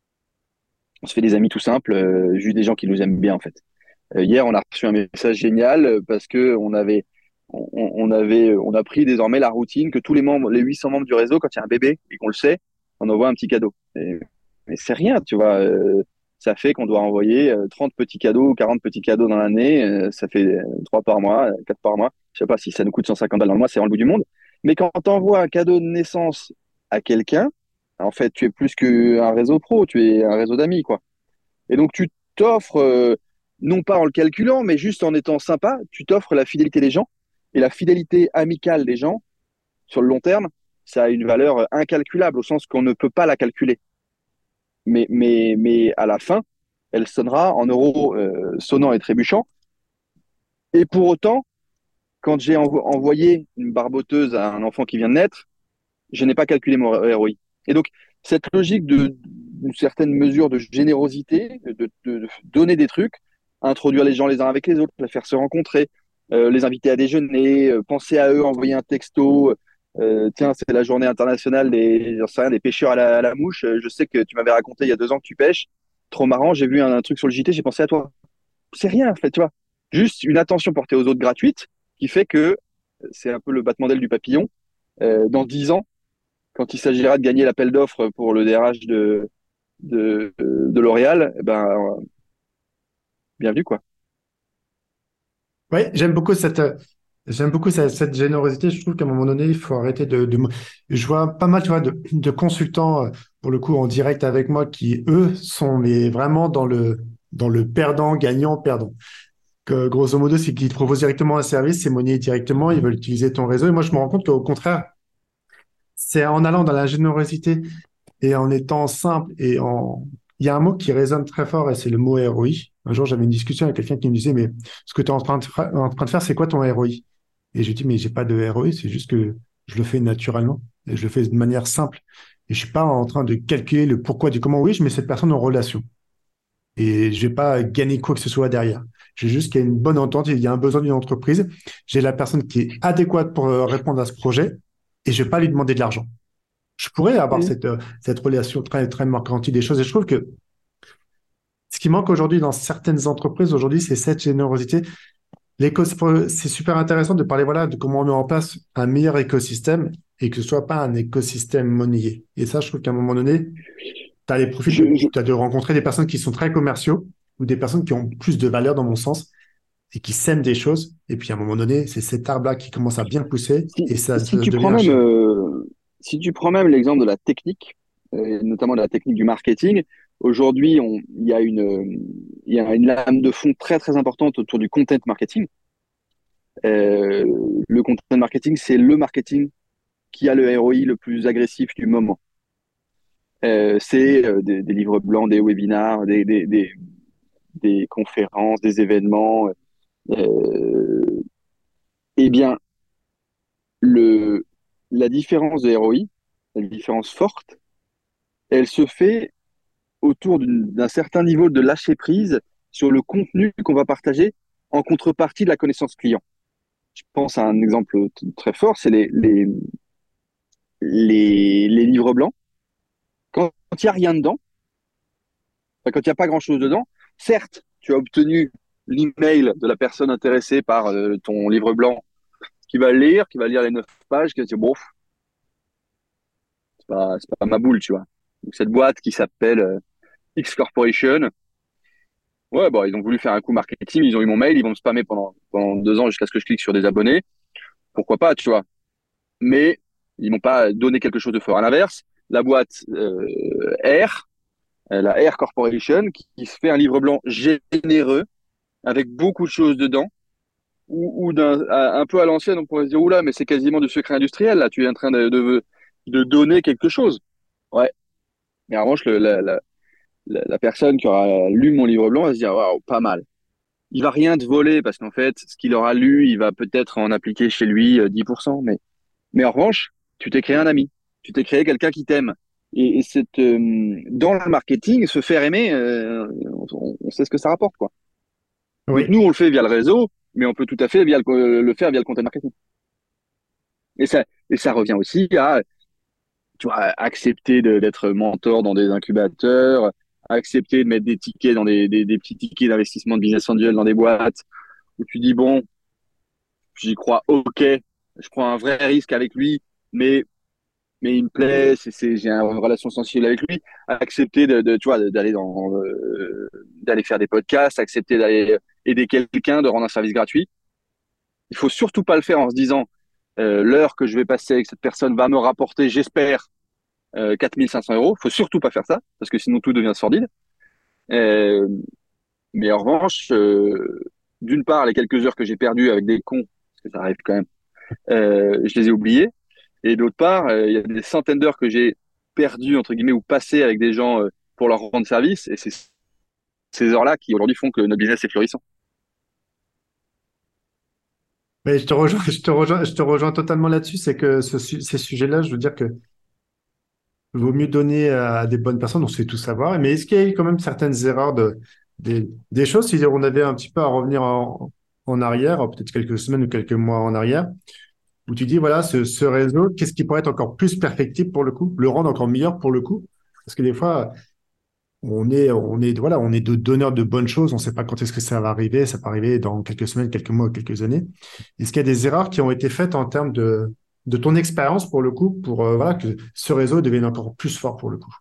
On se fait des amis tout simples, euh, juste des gens qui nous aiment bien en fait. Euh, hier, on a reçu un message génial euh, parce que on avait, on, on avait, on a pris désormais la routine que tous les membres, les huit cents membres du réseau, quand il y a un bébé et qu'on le sait, on envoie un petit cadeau. Et, mais c'est rien, tu vois. Euh, ça fait qu'on doit envoyer euh, trente petits cadeaux ou quarante petits cadeaux dans l'année. Euh, ça fait euh, trois par mois, euh, quatre par mois. Je sais pas si ça nous coûte cent cinquante balles dans le mois, c'est dans le bout du monde. Mais quand tu envoies un cadeau de naissance à quelqu'un, en fait, tu es plus qu'un réseau pro, tu es un réseau d'amis, quoi. Et donc, tu t'offres, euh, non pas en le calculant, mais juste en étant sympa, tu t'offres la fidélité des gens. Et la fidélité amicale des gens, sur le long terme, ça a une valeur incalculable, au sens qu'on ne peut pas la calculer. Mais, mais, mais à la fin, elle sonnera en euros euh, sonnants et trébuchants. Et pour autant, quand j'ai envo- envoyé une barboteuse à un enfant qui vient de naître, je n'ai pas calculé mon R O I. Et donc, cette logique de, d'une certaine mesure de générosité, de, de, de donner des trucs, introduire les gens les uns avec les autres, les faire se rencontrer, euh, les inviter à déjeuner, euh, penser à eux, envoyer un texto. Euh, tiens, c'est la journée internationale des, j'en sais rien, des pêcheurs à la, à la mouche. Euh, Je sais que tu m'avais raconté il y a deux ans que tu pêches. Trop marrant, j'ai vu un, un truc sur le J T, j'ai pensé à toi. C'est rien, en fait, tu vois. Juste une attention portée aux autres gratuite qui fait que c'est un peu le battement d'aile du papillon. Euh, dans dix ans, quand il s'agira de gagner l'appel d'offres pour le D R H de, de, de L'Oréal, eh ben, euh, bienvenue, quoi. Oui, j'aime beaucoup cette, euh, j'aime beaucoup cette, cette générosité. Je trouve qu'à un moment donné, il faut arrêter de, de... Je vois pas mal, tu vois, de, de consultants, euh, pour le coup, en direct avec moi, qui, eux, sont mais vraiment dans le, dans le perdant, gagnant, perdant. Que, grosso modo, c'est qu'ils te proposent directement un service, c'est monnaie directement, ils veulent utiliser ton réseau. Et moi, je me rends compte qu'au contraire, c'est en allant dans la générosité et en étant simple et en... Il y a un mot qui résonne très fort et c'est le mot R O I. Un jour, j'avais une discussion avec quelqu'un qui me disait, mais ce que tu es en train de, fra- en train de faire, c'est quoi ton R O I? Et je lui dis, mais j'ai pas de R O I, c'est juste que je le fais naturellement et je le fais de manière simple. Et je suis pas en train de calculer le pourquoi du comment. Oui, je mets cette personne en relation et je vais pas gagner quoi que ce soit derrière. J'ai juste qu'il y a une bonne entente, il y a un besoin d'une entreprise. J'ai la personne qui est adéquate pour euh, répondre à ce projet et je vais pas lui demander de l'argent. Je pourrais avoir Mmh. cette, euh, cette relation très, très mercantile des choses. Et je trouve que ce qui manque aujourd'hui dans certaines entreprises aujourd'hui, c'est cette générosité. L'éco, c'est super intéressant de parler voilà, de comment on met en place un meilleur écosystème et que ce soit pas un écosystème monnayé. Et ça, je trouve qu'à un moment donné, tu as les profils Je, de, je, t'as de rencontrer des personnes qui sont très commerciaux ou des personnes qui ont plus de valeur dans mon sens et qui sèment des choses. Et puis à un moment donné, c'est cet arbre-là qui commence à bien pousser si, et ça, si ça tu devient prends un même, chêne. euh, si tu prends même l'exemple de la technique, euh, notamment de la technique du marketing, aujourd'hui, on, il y a une, euh, il y a une lame de fond très, très importante autour du content marketing. Euh, le content marketing, c'est le marketing qui a le R O I le plus agressif du moment. Euh, c'est euh, des, des livres blancs, des webinars, des, des, des, des conférences, des événements. Euh, eh bien, le, la différence de R O I, la différence forte, elle se fait autour d'une- d'un certain niveau de lâcher prise sur le contenu qu'on va partager en contrepartie de la connaissance client. Je pense à un exemple t- très fort, c'est les, les, les, les livres blancs. Quand il n'y a rien dedans, enfin, quand il n'y a pas grand-chose dedans, certes, tu as obtenu l'email de la personne intéressée par euh, ton livre blanc qui va le lire, qui va lire les neuf pages, qui va dire, bon, c'est pas, c'est pas ma boule, tu vois. Donc, cette boîte qui s'appelle euh, X Corporation, ouais, bon, ils ont voulu faire un coup marketing, ils ont eu mon mail, ils vont me spammer pendant, pendant deux ans jusqu'à ce que je clique sur des abonnés. Pourquoi pas, tu vois. Mais ils m'ont pas donné quelque chose de fort. À l'inverse, la boîte euh, R, euh, la R Corporation, qui, qui se fait un livre blanc généreux, avec beaucoup de choses dedans, ou, ou d'un, à- un peu à l'ancienne, on pourrait se dire, oula, mais c'est quasiment du secret industriel, là, tu es en train de, de, de donner quelque chose. Ouais. Mais en revanche, le, la, la, la, la personne qui aura lu mon livre blanc va se dire, waouh, pas mal. Il va rien te voler parce qu'en fait, ce qu'il aura lu, il va peut-être en appliquer chez lui euh, dix pour cent. Mais, mais en revanche, tu t'es créé un ami. Tu t'es créé quelqu'un qui t'aime. Et, et cette, euh, dans le marketing, se faire aimer, euh, on, on sait ce que ça rapporte, quoi. Donc Oui. nous, on le fait via le réseau, mais on peut tout à fait via le, le faire via le content marketing. Et ça, et ça revient aussi à, tu vois, accepter de- d'être mentor dans des incubateurs, accepter de mettre des tickets dans des, des, des petits tickets d'investissement de business angel dans des boîtes où tu dis, bon, j'y crois, ok, je prends un vrai risque avec lui, mais, mais il me plaît, c'est, c'est, j'ai une relation sensible avec lui. Accepter de, de tu vois, d'aller dans, euh, d'aller faire des podcasts, accepter d'aller aider quelqu'un, de rendre un service gratuit. Il faut surtout pas le faire en se disant, euh, l'heure que je vais passer avec cette personne va me rapporter, j'espère, euh, quatre mille cinq cents euros. Il faut surtout pas faire ça, parce que sinon tout devient sordide. Euh, mais en revanche, euh, d'une part, les quelques heures que j'ai perdues avec des cons, parce que ça arrive quand même, euh, je les ai oubliés. Et d'autre part, euh, il y a des centaines d'heures que j'ai perdues, entre guillemets, ou passées avec des gens euh, pour leur rendre service. Et c'est ces heures-là qui, aujourd'hui, font que notre business est florissant. Mais je te rejoins, je te rejoins, je te rejoins totalement là-dessus. C'est que ce su- ces sujets-là, je veux dire que vaut mieux donner à des bonnes personnes, on sait tout savoir. Mais est-ce qu'il y a eu quand même certaines erreurs de, des, des choses, si on avait un petit peu à revenir en, en arrière, peut-être quelques semaines ou quelques mois en arrière, où tu dis, voilà, ce, ce réseau, qu'est-ce qui pourrait être encore plus perfectible pour le coup, le rendre encore meilleur pour le coup? Parce que des fois, on est, on est, voilà, on est de donneurs de bonnes choses, on ne sait pas quand est-ce que ça va arriver, ça peut arriver dans quelques semaines, quelques mois, quelques années. Est-ce qu'il y a des erreurs qui ont été faites en termes de, de ton expérience pour le coup, pour euh, voilà, que ce réseau devienne encore plus fort pour le coup?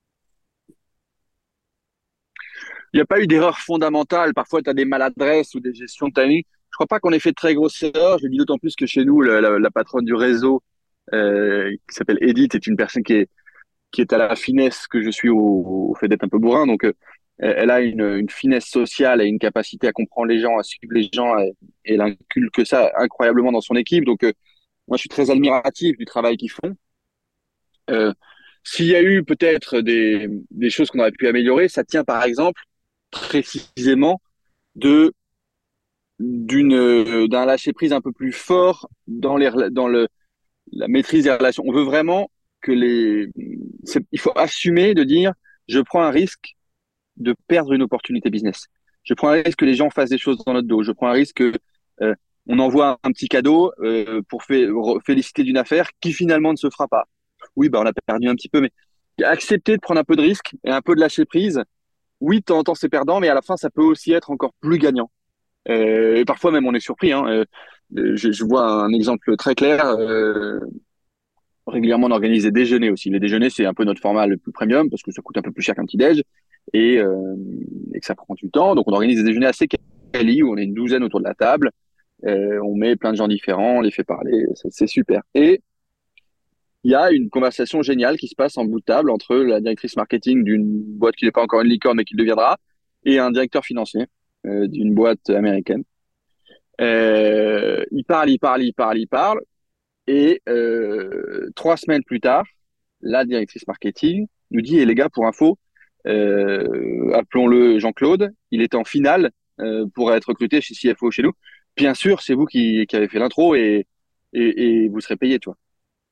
Il n'y a pas eu d'erreur fondamentale. Parfois, tu as des maladresses ou des gestions de timing. Je crois pas qu'on ait fait de très grosses erreurs. Je le dis d'autant plus que chez nous, la, la, la patronne du réseau, euh, qui s'appelle Edith, est une personne qui est, qui est à la finesse que je suis au, au fait d'être un peu bourrin. Donc, euh, elle a une, une finesse sociale et une capacité à comprendre les gens, à suivre les gens, et, et elle inculque ça incroyablement dans son équipe. Donc, euh, moi, je suis très admiratif du travail qu'ils font. Euh, S'il y a eu peut-être des, des choses qu'on aurait pu améliorer, ça tient par exemple précisément de d'une euh, d'un lâcher prise un peu plus fort dans les dans le la maîtrise des relations. On veut vraiment que les il faut assumer de dire je prends un risque de perdre une opportunité business. Je prends un risque que les gens fassent des choses dans notre dos. Je prends un risque que euh, on envoie un petit cadeau euh, pour fé féliciter d'une affaire qui finalement ne se fera pas. Oui, bah on a perdu un petit peu, mais accepter de prendre un peu de risque et un peu de lâcher prise. Oui, de temps en temps c'est perdant, mais à la fin ça peut aussi être encore plus gagnant. Euh, et parfois même on est surpris. Hein. Euh, je, je vois un exemple très clair. Euh, régulièrement on organise des déjeuners aussi. Les déjeuners c'est un peu notre format le plus premium parce que ça coûte un peu plus cher qu'un petit déj et, euh, et que ça prend du temps. Donc on organise des déjeuners assez quali où on est une douzaine autour de la table. Euh, on met plein de gens différents, on les fait parler, c'est super. Et il y a une conversation géniale qui se passe en bout de table entre la directrice marketing d'une boîte qui n'est pas encore une licorne mais qui le deviendra et un directeur financier euh, d'une boîte américaine. Euh, il parle, il parle, il parle, il parle. Et euh, trois semaines plus tard, la directrice marketing nous dit, et les gars, pour info, euh, appelons-le Jean-Claude, il est en finale euh, pour être recruté chez C F O chez nous. Bien sûr, c'est vous qui, qui avez fait l'intro et, et, et vous serez payé, tu vois.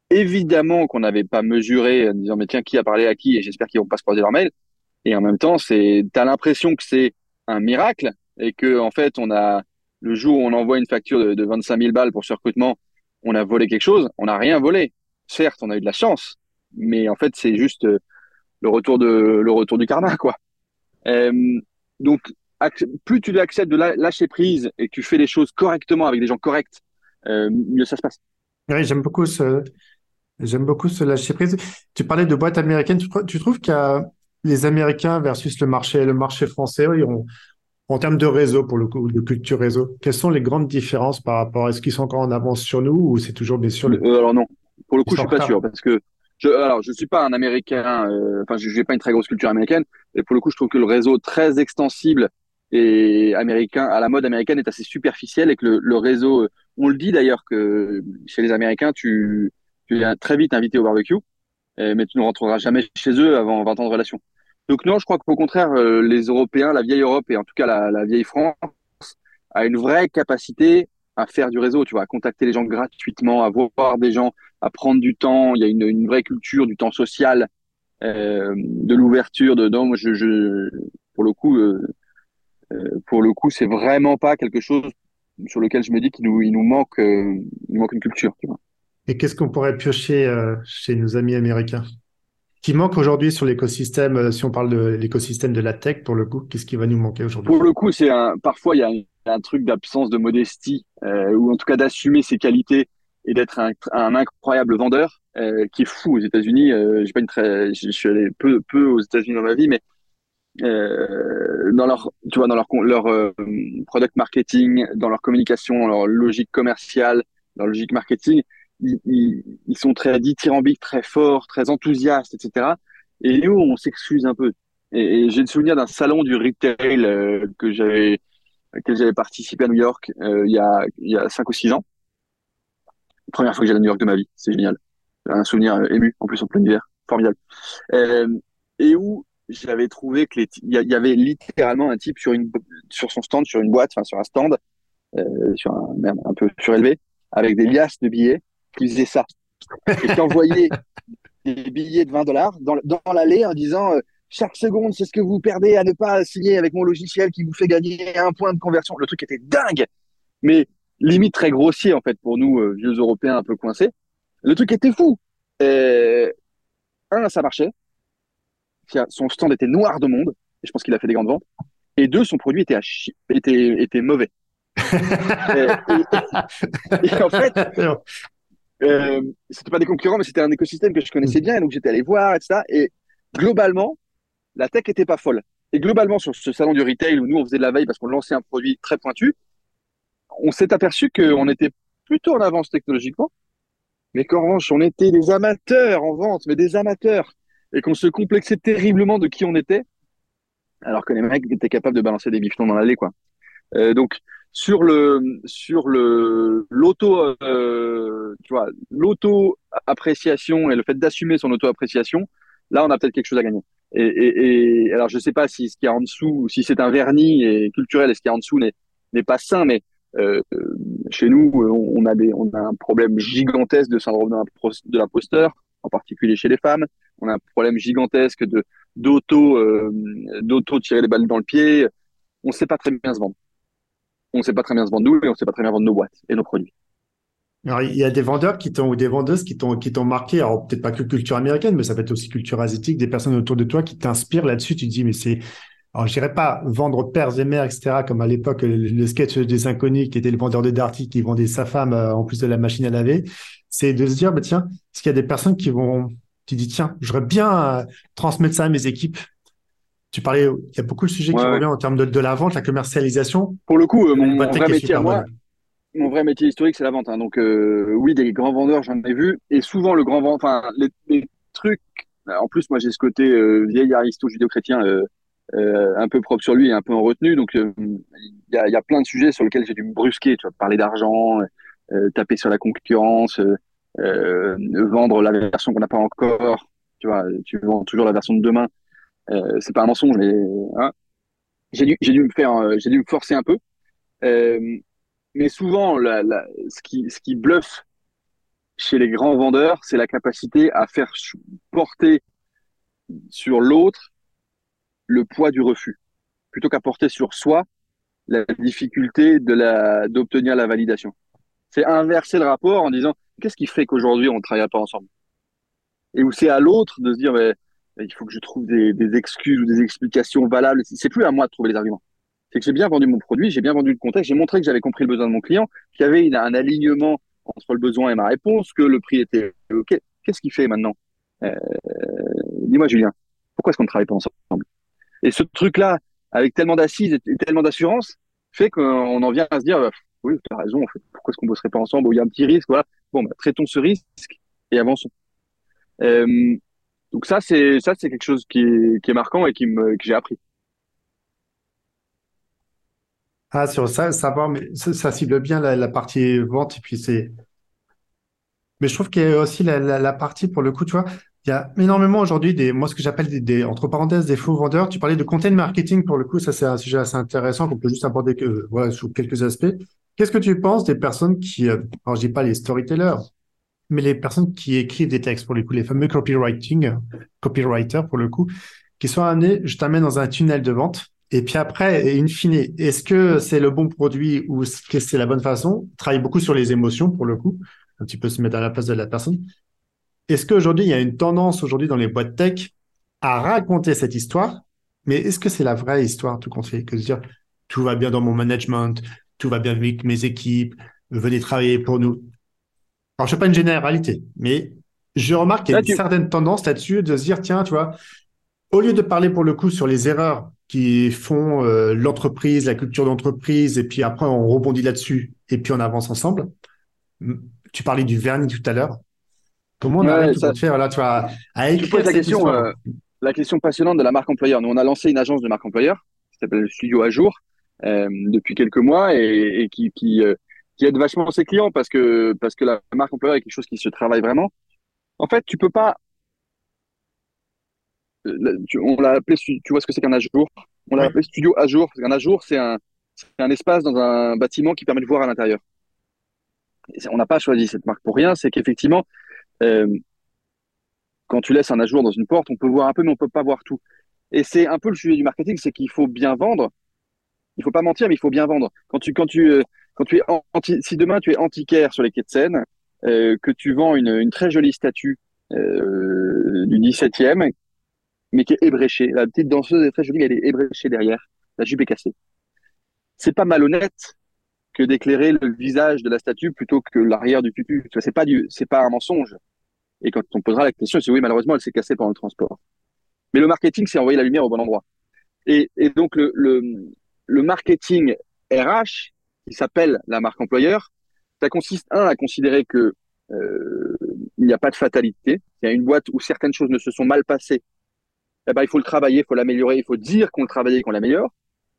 évidemment qu'on n'avait pas mesuré en disant, mais tiens, qui a parlé à qui? Et j'espère qu'ils vont pas se croiser leur mail. Et en même temps, c'est, t'as l'impression que c'est un miracle et que, en fait, on a, le jour où on envoie une facture de, de vingt-cinq mille balles pour ce recrutement, on a volé quelque chose. On n'a rien volé. Certes, on a eu de la chance, mais en fait, c'est juste euh, le retour de, le retour du karma, quoi. Euh, donc, ac- plus tu acceptes de la- lâcher prise et que tu fais les choses correctement avec des gens corrects, euh, mieux ça se passe. Oui, j'aime beaucoup ce, j'aime beaucoup ce lâcher prise. Tu parlais de boîtes américaines. Tu, trou- tu trouves qu'il y a les Américains versus le marché, le marché français, oui, on- en termes de réseau, pour le coup, de culture réseau, quelles sont les grandes différences par rapport à ce qu'ils sont encore en avance sur nous ou c'est toujours bien sûr le, Euh, alors non, pour le ils coup, je sont en suis pas retard? sûr parce que je, alors je suis pas un Américain, euh, enfin je n'ai pas une très grosse culture américaine, et pour le coup, je trouve que le réseau très extensible et américain à la mode américaine est assez superficiel et que le, le réseau, euh, on le dit d'ailleurs que chez les Américains, tu tu es très vite invité au barbecue, euh, mais tu ne rentreras jamais chez eux avant vingt ans de relation. Donc non, je crois qu'au contraire, euh, les Européens, la vieille Europe et en tout cas la, la vieille France a une vraie capacité à faire du réseau, tu vois, à contacter les gens gratuitement, à voir des gens, à prendre du temps. Il y a une, une vraie culture du temps social, euh, de l'ouverture. De, non, moi, je, je, pour le coup, euh, euh, pour le coup, c'est vraiment pas quelque chose sur lequel je me dis qu'il nous, il nous manque, euh, il nous manque une culture, tu vois. Et qu'est-ce qu'on pourrait piocher euh, chez nos amis américains? Qui manque aujourd'hui sur l'écosystème, euh, si on parle de l'écosystème de la tech, pour le coup, qu'est-ce qui va nous manquer Pour aujourd'hui? le coup, c'est un, parfois il y a un, un truc d'absence de modestie, euh, ou en tout cas d'assumer ses qualités et d'être un, un incroyable vendeur, euh, qui est fou aux États-Unis. Euh, j'ai pas une très, je je suis allé peu, peu aux États-Unis dans ma vie, mais euh, dans leur, tu vois, dans leur, con- leur euh, product marketing, dans leur communication, dans leur logique commerciale, leur logique marketing, ils, ils, ils sont très dithyrambiques, très forts, très enthousiastes, et cetera. Et nous, on s'excuse un peu. Et, et j'ai le souvenir d'un salon du retail, euh, que j'avais, auquel j'avais participé à New York, euh, il y a, il y a cinq ou six ans. Première fois que j'allais à New York de ma vie, c'est génial. Un souvenir euh, ému, en plus en plein hiver, formidable. Euh, et où j'avais trouvé que les, il y, a- il y avait littéralement un type sur une, sur son stand, sur une boîte, enfin sur un stand, euh, sur un, merde, un peu surélevé, avec des liasses de billets, qui faisait ça et qui envoyait des billets de vingt dollars dans, dans l'allée en disant, euh, chaque seconde, c'est ce que vous perdez à ne pas signer avec mon logiciel qui vous fait gagner un point de conversion. Le truc était dingue, mais limite très grossier en fait pour nous, euh, vieux Européens un peu coincés. Le truc était fou. Euh, un, ça marchait. Son stand était noir de monde. Et je pense qu'il a fait des grandes ventes. Et deux, son produit était, à chi- était, était mauvais. Et, et, et en fait, euh, c'était pas des concurrents, mais c'était un écosystème que je connaissais bien. Et donc j'étais allé voir, et cetera. Et globalement, la tech était pas folle. Et globalement, sur ce salon du retail où nous, on faisait de la veille parce qu'on lançait un produit très pointu, on s'est aperçu qu'on était plutôt en avance technologiquement, mais qu'en revanche, on était des amateurs en vente, mais des amateurs, et qu'on se complexait terriblement de qui on était, alors que les mecs étaient capables de balancer des bifetons dans l'allée, quoi. Euh, donc, sur le, sur le, l'auto, euh, tu vois, l'auto appréciation et le fait d'assumer son auto appréciation, là, on a peut-être quelque chose à gagner. Et, et, et alors, je sais pas si ce qu'il y a en dessous, si c'est un vernis et culturel et ce qu'il y a en dessous n'est, n'est pas sain, mais euh, chez nous, on a des, on a un problème gigantesque de syndrome de l'impro- de l'imposteur, en particulier chez les femmes. On a un problème gigantesque de d'auto, euh, d'auto tirer les balles dans le pied. On sait pas très bien se vendre. On sait pas très bien se vendre nous et on sait pas très bien vendre nos boîtes et nos produits. Alors, il y a des vendeurs qui t'ont, ou des vendeuses qui t'ont, qui t'ont marqué. Alors, peut-être pas que culture américaine, mais ça peut être aussi culture asiatique, des personnes autour de toi qui t'inspirent là-dessus. Tu te dis, mais c'est, alors, je dirais pas vendre pères et mères, et cetera, comme à l'époque, le, le sketch des inconnus qui était le vendeur de Darty qui vendait sa femme euh, en plus de la machine à laver. C'est de se dire, bah, tiens, est-ce qu'il y a des personnes qui vont, tu dis, tiens, j'aurais bien euh, transmettre ça à mes équipes. Tu parlais, il y a beaucoup de sujets Ouais, qui ouais. reviennent en termes de, de la vente, la commercialisation. Pour le coup, euh, mon, La boîte mon tech vrai est métier à super moi, bonne. mon vrai métier historique, c'est la vente, hein. Donc euh, oui, des grands vendeurs, j'en ai vu. Et souvent, le grand vent, enfin, les, les trucs. En plus, moi, j'ai ce côté euh, vieil aristo judéo-chrétien, euh, euh, un peu propre sur lui et un peu en retenue. Donc, euh, il y a, il y a plein de sujets sur lesquels j'ai dû me brusquer. Tu vois, parler d'argent, euh, taper sur la concurrence, euh, euh, vendre la version qu'on n'a pas encore. Tu vois, tu vends toujours la version de demain. Euh, c'est pas un mensonge, mais hein, j'ai dû, j'ai dû me faire, euh, j'ai dû me forcer un peu. Euh, mais souvent, la, la, ce qui, ce qui bluffe, chez les grands vendeurs, c'est la capacité à faire porter sur l'autre le poids du refus, plutôt qu'à porter sur soi la difficulté de la, d'obtenir la validation. C'est inverser le rapport en disant qu'est-ce qui fait qu'aujourd'hui on ne travaille pas ensemble? Et où c'est à l'autre de se dire mais, il faut que je trouve des, des excuses ou des explications valables. C'est plus à moi de trouver les arguments. C'est que j'ai bien vendu mon produit, j'ai bien vendu le contexte, j'ai montré que j'avais compris le besoin de mon client, qu'il y avait une, un alignement entre le besoin et ma réponse, que le prix était OK. Qu'est-ce qu'il fait maintenant? euh, Dis-moi, Julien, pourquoi est-ce qu'on ne travaille pas ensemble? Et ce truc-là, avec tellement d'assises et tellement d'assurance, fait qu'on en vient à se dire, bah, oui, tu as raison, en fait, pourquoi est-ce qu'on ne bosserait pas ensemble? Il y a un petit risque, voilà. Bon, bah, traitons ce risque et avançons. Euh, donc ça, c'est ça, c'est quelque chose qui est, qui est marquant et qui me, que j'ai appris. Ah, sur ça, ça va, mais ça, ça cible bien la, la partie vente. Et puis c'est, mais je trouve qu'il y a aussi la, la, la partie, pour le coup, tu vois, il y a énormément aujourd'hui des, moi, ce que j'appelle des, des, entre parenthèses, des faux vendeurs. Tu parlais de content marketing, pour le coup, ça, c'est un sujet assez intéressant qu'on peut juste aborder que, voilà, sous quelques aspects. Qu'est-ce que tu penses des personnes qui, euh, alors, je dis pas les storytellers, mais les personnes qui écrivent des textes, pour le coup, les fameux copywriting, copywriters, pour le coup, qui sont amenés, je t'amène dans un tunnel de vente. Et puis après, et in fine, est-ce que c'est le bon produit ou est-ce que c'est la bonne façon? Travaille beaucoup sur les émotions, pour le coup, un petit peu se mettre à la place de la personne. Est-ce qu'aujourd'hui, il y a une tendance aujourd'hui dans les boîtes tech à raconter cette histoire, mais est-ce que c'est la vraie histoire tout compte fait? Que de dire, tout va bien dans mon management, tout va bien avec mes équipes, venez travailler pour nous. Alors, je ne fais pas une généralité, mais je remarque qu'il y a Là, une tu, certaine tendance là-dessus de se dire, tiens, tu vois, au lieu de parler pour le coup sur les erreurs qui font euh, l'entreprise, la culture d'entreprise, et puis après on rebondit là-dessus, et puis on avance ensemble. Tu parlais du vernis tout à l'heure. Comment on arrive ouais, tout ça, compte faire là, tu vois, à tu poses écrire la cette question, histoire? euh, la question passionnante de la marque employeur. Nous, on a lancé une agence de marque employeur qui s'appelle le Studio à jour euh, depuis quelques mois et, et qui, qui, euh, qui aide vachement ses clients parce que, parce que la marque employeur est quelque chose qui se travaille vraiment. En fait, tu peux pas, euh, tu- on l'a appelé, stu- tu vois ce que c'est qu'un à jour? On l'a Oui, appelé Studio à jour parce qu'un à jour, c'est un, c'est un espace dans un bâtiment qui permet de voir à l'intérieur. Et c'est- on n'a pas choisi cette marque pour rien, c'est qu'effectivement, euh, quand tu laisses un à jour dans une porte, on peut voir un peu, mais on peut pas voir tout. Et c'est un peu le sujet du marketing, c'est qu'il faut bien vendre. Il faut pas mentir, mais il faut bien vendre. Quand tu, quand tu, euh, quand tu es anti, si demain tu es antiquaire sur les quais de Seine, euh, que tu vends une, une très jolie statue euh, du dix-septième, mais qui est ébréchée. La petite danseuse est très jolie, mais elle est ébréchée derrière. La jupe est cassée. C'est pas malhonnête que d'éclairer le visage de la statue plutôt que l'arrière du tutu. Tu vois, c'est pas du, c'est pas un mensonge. Et quand on posera la question, c'est oui, malheureusement, elle s'est cassée pendant le transport. Mais le marketing, c'est envoyer la lumière au bon endroit. Et, et donc, le, le, le marketing R H, qui s'appelle la marque employeur, ça consiste, un, à considérer que euh, il n'y a pas de fatalité. Il y a une boîte où certaines choses ne se sont mal passées. Eh ben, il faut le travailler, il faut l'améliorer, il faut dire qu'on le travaille et qu'on l'améliore.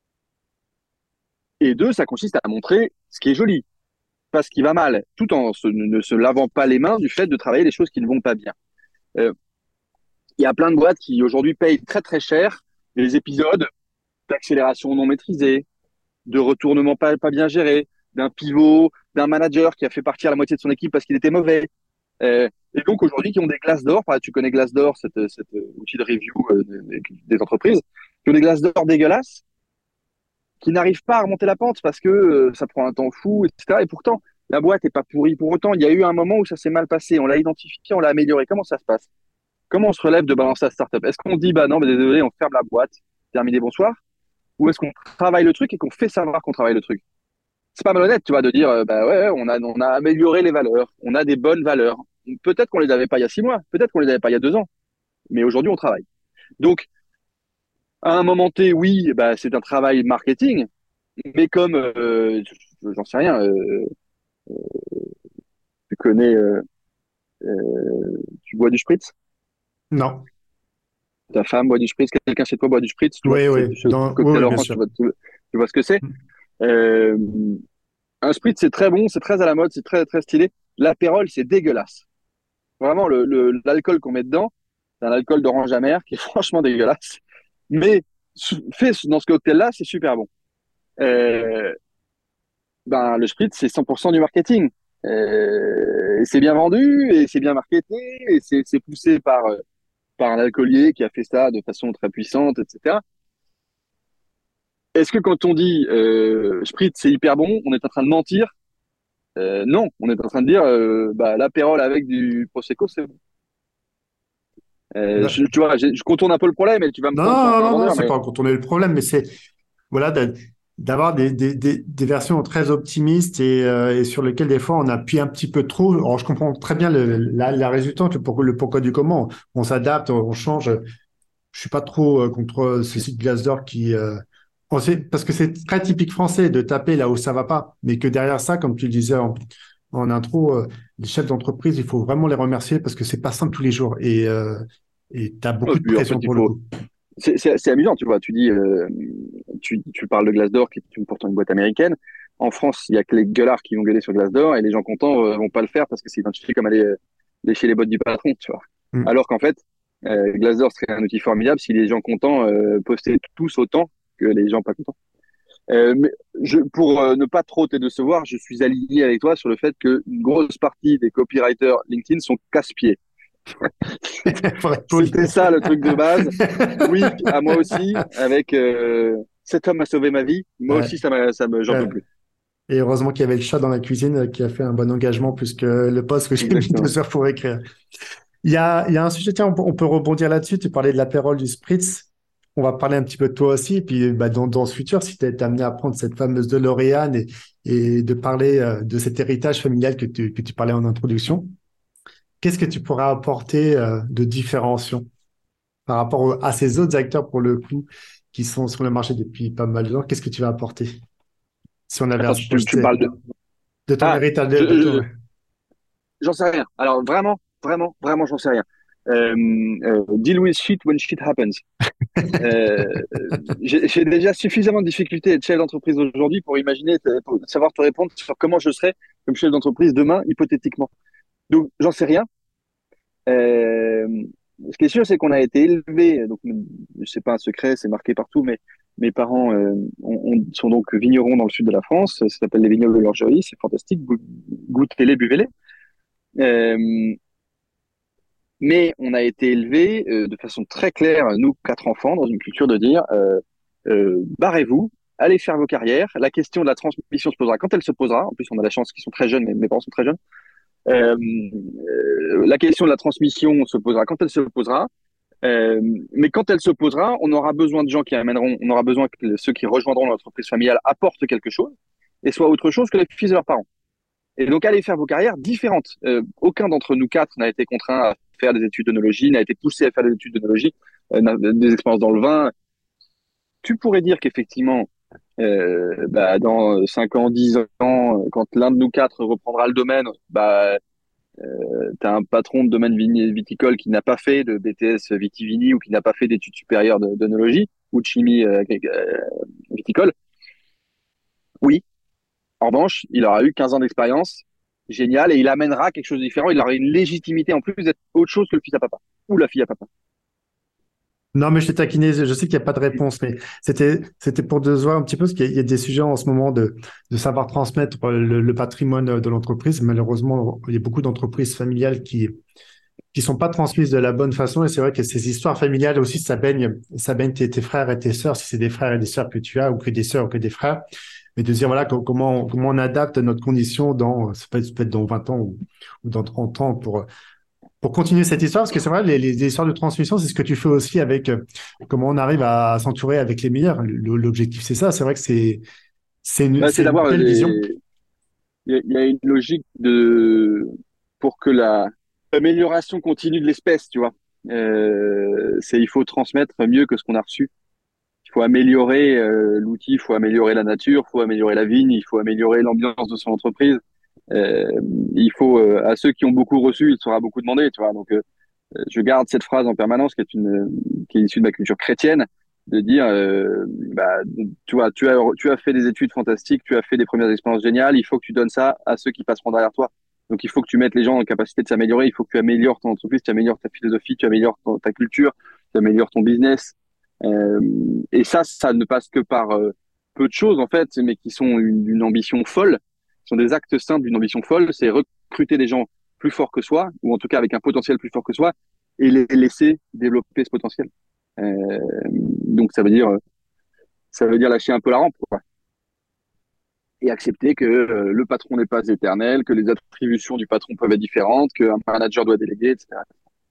Et deux, ça consiste à montrer ce qui est joli, pas ce qui va mal, tout en se, ne se lavant pas les mains du fait de travailler les choses qui ne vont pas bien. Euh, il y a plein de boîtes qui aujourd'hui payent très très cher les épisodes d'accélération non maîtrisée, de retournement pas, pas bien géré, d'un pivot, d'un manager qui a fait partir la moitié de son équipe parce qu'il était mauvais. Euh, et donc aujourd'hui, qui ont des glaces d'or, tu connais Glassdoor, cette, cette outil de review euh, des, des entreprises, qui ont des glaces d'or dégueulasses, qui n'arrivent pas à remonter la pente parce que euh, ça prend un temps fou, et cetera. Et pourtant, la boîte est pas pourrie pour autant. Il y a eu un moment où ça s'est mal passé, on l'a identifié, on l'a amélioré. Comment ça se passe? Comment on se relève de balancer la startup? Est-ce qu'on dit, bah non, mais désolé, on ferme la boîte, terminé, bonsoir? Ou est-ce qu'on travaille le truc et qu'on fait savoir qu'on travaille le truc? C'est pas malhonnête, tu vois, de dire, euh, bah ouais, on a, on a amélioré les valeurs, on a des bonnes valeurs. Peut-être qu'on les avait pas il y a six mois, peut-être qu'on les avait pas il y a deux ans, mais aujourd'hui on travaille. Donc, à un moment T, oui, bah, c'est un travail marketing, mais comme, euh, j'en sais rien, euh, tu connais, euh, euh, tu bois du spritz, non. ta femme boit du spritz, quelqu'un chez toi boit du spritz, tu vois, Oui, ce, oui, ce dans... oui, cocktail oui, bien orange, tu sûr. vois, tu, tu vois ce que c'est. Euh, un spritz, c'est très bon, c'est très à la mode, c'est très, très stylé. L'apérole, c'est dégueulasse. Vraiment, le, le, l'alcool qu'on met dedans, c'est un alcool d'orange amer qui est franchement dégueulasse. Mais fait dans ce cocktail-là, c'est super bon. Euh, ben, le spritz, c'est cent pour cent du marketing. Euh, et c'est bien vendu, et c'est bien marketé, et c'est c'est poussé par, euh, par un alcoolier qui a fait ça de façon très puissante, et cetera. Est-ce que quand on dit euh, Spritz, c'est hyper bon, on est en train de mentir? Euh, non, on est en train de dire euh, bah, l'apérole avec du Prosecco, c'est bon. Euh, je, tu vois, j'ai- je contourne un peu le problème et tu vas me Non, prendre pour non, un non, non, vendeur, c'est mais pas quand on est le problème, mais c'est voilà de- d'avoir des, des, des, des versions très optimistes et, euh, et sur lesquelles des fois on appuie un petit peu trop. Alors je comprends très bien le, la, la résultante, le pourquoi, le pourquoi du comment. On s'adapte, on change. Je suis pas trop euh, contre ce site Glassdoor qui euh, on sait, parce que c'est très typique français de taper là où ça va pas, mais que derrière ça, comme tu le disais en, en intro, euh, les chefs d'entreprise, il faut vraiment les remercier parce que c'est pas simple tous les jours et euh, et t'as et beaucoup de puis en fait pression il pour le faut. coup. C'est c'est- c'est amusant, tu vois. Tu dis, euh, tu, tu parles de Glassdoor, qui est une- pourtant une boîte américaine. En France, il y a que les gueulards qui vont gueuler sur Glassdoor et les gens contents euh, vont pas le faire parce que c'est identifié comme aller euh, lécher les bottes du patron, tu vois. Mm. Alors qu'en fait, euh, Glassdoor serait un outil formidable si les gens contents euh, postaient tous autant que les gens pas contents. Euh, mais je, pour euh, ne pas trop te décevoir, je suis aligné avec toi sur le fait qu'une grosse partie des copywriters LinkedIn sont casse-pieds. Pour être poli. C'était ça le truc de base. Oui, à moi aussi, avec euh, cet homme a sauvé ma vie. Moi Ouais, aussi, ça m'a, ça me, j'en peux ouais. plus. Et heureusement qu'il y avait le chat dans la cuisine euh, qui a fait un bon engagement plus que le poste que j'ai mis Exactement. deux heures pour écrire. Il y a, il y a un sujet, tiens, on peut, on peut rebondir là-dessus. Tu parlais de l'apérole du Spritz. On va parler un petit peu de toi aussi. Et puis, bah, dans, dans ce futur, si tu es amené à prendre cette fameuse DeLorean et, et de parler euh, de cet héritage familial que tu, que tu parlais en introduction, qu'est-ce que tu pourras apporter euh, de différenciant par rapport au- à ces autres acteurs, pour le coup, qui sont sur le marché depuis pas mal de temps? Qu'est-ce que tu vas apporter si on avait à Attends, se tu, tu, tu me projeter parles de. de ton Ah, héritage, de, je, de ton... je- j'en sais rien. Alors vraiment, vraiment, vraiment, j'en sais rien. Euh, euh, deal with shit when shit happens. Euh, j'ai j'ai déjà suffisamment de difficultés à être chef d'entreprise aujourd'hui pour imaginer, pour savoir te répondre sur comment je serai comme chef d'entreprise demain, hypothétiquement. Donc, j'en sais rien. Euh, Ce qui est sûr, c'est qu'on a été élevé, donc c'est pas un secret, c'est marqué partout, mais mes parents euh, on, on- sont donc vignerons dans le sud de la France. Ça s'appelle les vignobles de l'Orgerie, c'est fantastique. Go- Goûtez-les, buvez-les. Euh, mais on a été élevé euh, de façon très claire, nous quatre enfants, dans une culture de dire euh, euh, barrez-vous, allez faire vos carrières. La question de la transmission se posera quand elle se posera. En plus, on a la chance qu'ils sont très jeunes, mais mes parents sont très jeunes. Euh, euh, la question de la transmission se posera quand elle se posera. Euh, mais quand elle se posera, on aura besoin de gens qui amèneront, on aura besoin que ceux qui rejoindront l'entreprise familiale apportent quelque chose et soient autre chose que les fils de leurs parents. Et donc, allez faire vos carrières différentes. Euh, aucun d'entre nous quatre n'a été contraint à faire des études d'œnologie, n'a été poussé à faire des études d'œnologie, euh, n'a- des expériences dans le vin. Tu pourrais dire qu'effectivement, euh, bah, dans cinq ans, dix ans, quand l'un de nous quatre reprendra le domaine, bah, tu as un patron de domaine viticole qui n'a pas fait de B T S vitivini ou qui n'a pas fait d'études supérieures de- d'œnologie ou de chimie euh, euh, viticole. Oui. En revanche, il aura eu quinze ans d'expérience, génial, et il amènera quelque chose de différent. Il aura une légitimité en plus d'être autre chose que le fils à papa ou la fille à papa. Non, mais je t'ai taquiné, je sais qu'il n'y a pas de réponse, mais c'était, c'était pour te voir un petit peu, parce qu'il y a, il y a des sujets en ce moment de, de savoir transmettre euh, le, le patrimoine de l'entreprise. Malheureusement, il y a beaucoup d'entreprises familiales qui qui sont pas transmises de la bonne façon, et c'est vrai que ces histoires familiales aussi, ça baigne, ça baigne tes, tes frères et tes sœurs, si c'est des frères et des sœurs que tu as, ou que des sœurs ou que des frères, mais de dire voilà co- comment, comment on adapte notre condition dans, ça peut être, ça peut être dans vingt ans ou, ou dans trente ans pour pour continuer cette histoire, parce que c'est vrai, les, les histoires de transmission, c'est ce que tu fais aussi avec euh, comment on arrive à s'entourer avec les meilleurs. Le- L'objectif, c'est ça. C'est vrai que c'est c'est une, Bah, c'est c'est une d'avoir belle vision. des. Il y, a il y a une logique de pour que la l'amélioration continue de l'espèce, tu vois. Euh, c'est il faut transmettre mieux que ce qu'on a reçu. Il faut améliorer euh, l'outil, il faut améliorer la nature, il faut améliorer la vigne, il faut améliorer l'ambiance de son entreprise. Euh, il faut euh, à ceux qui ont beaucoup reçu, il sera beaucoup demandé, tu vois. Donc euh, je garde cette phrase en permanence qui est une qui est issue de ma culture chrétienne de dire euh, bah tu vois tu as tu as fait des études fantastiques, tu as fait des premières expériences géniales, il faut que tu donnes ça à ceux qui passeront derrière toi. Donc il faut que tu mettes les gens en capacité de s'améliorer, il faut que tu améliores ton entreprise, tu améliores ta philosophie, tu améliores ton- ta culture, tu améliores ton business. Euh, et ça ça ne passe que par euh, peu de choses en fait, mais qui sont une, une ambition folle. sont des actes simples d'une ambition folle, c'est recruter des gens plus forts que soi, ou en tout cas avec un potentiel plus fort que soi, et les laisser développer ce potentiel. Euh, donc ça veut dire, ça veut dire lâcher un peu la rampe, quoi. Et accepter que euh, le patron n'est pas éternel, que les attributions du patron peuvent être différentes, qu'un manager doit déléguer, et cetera.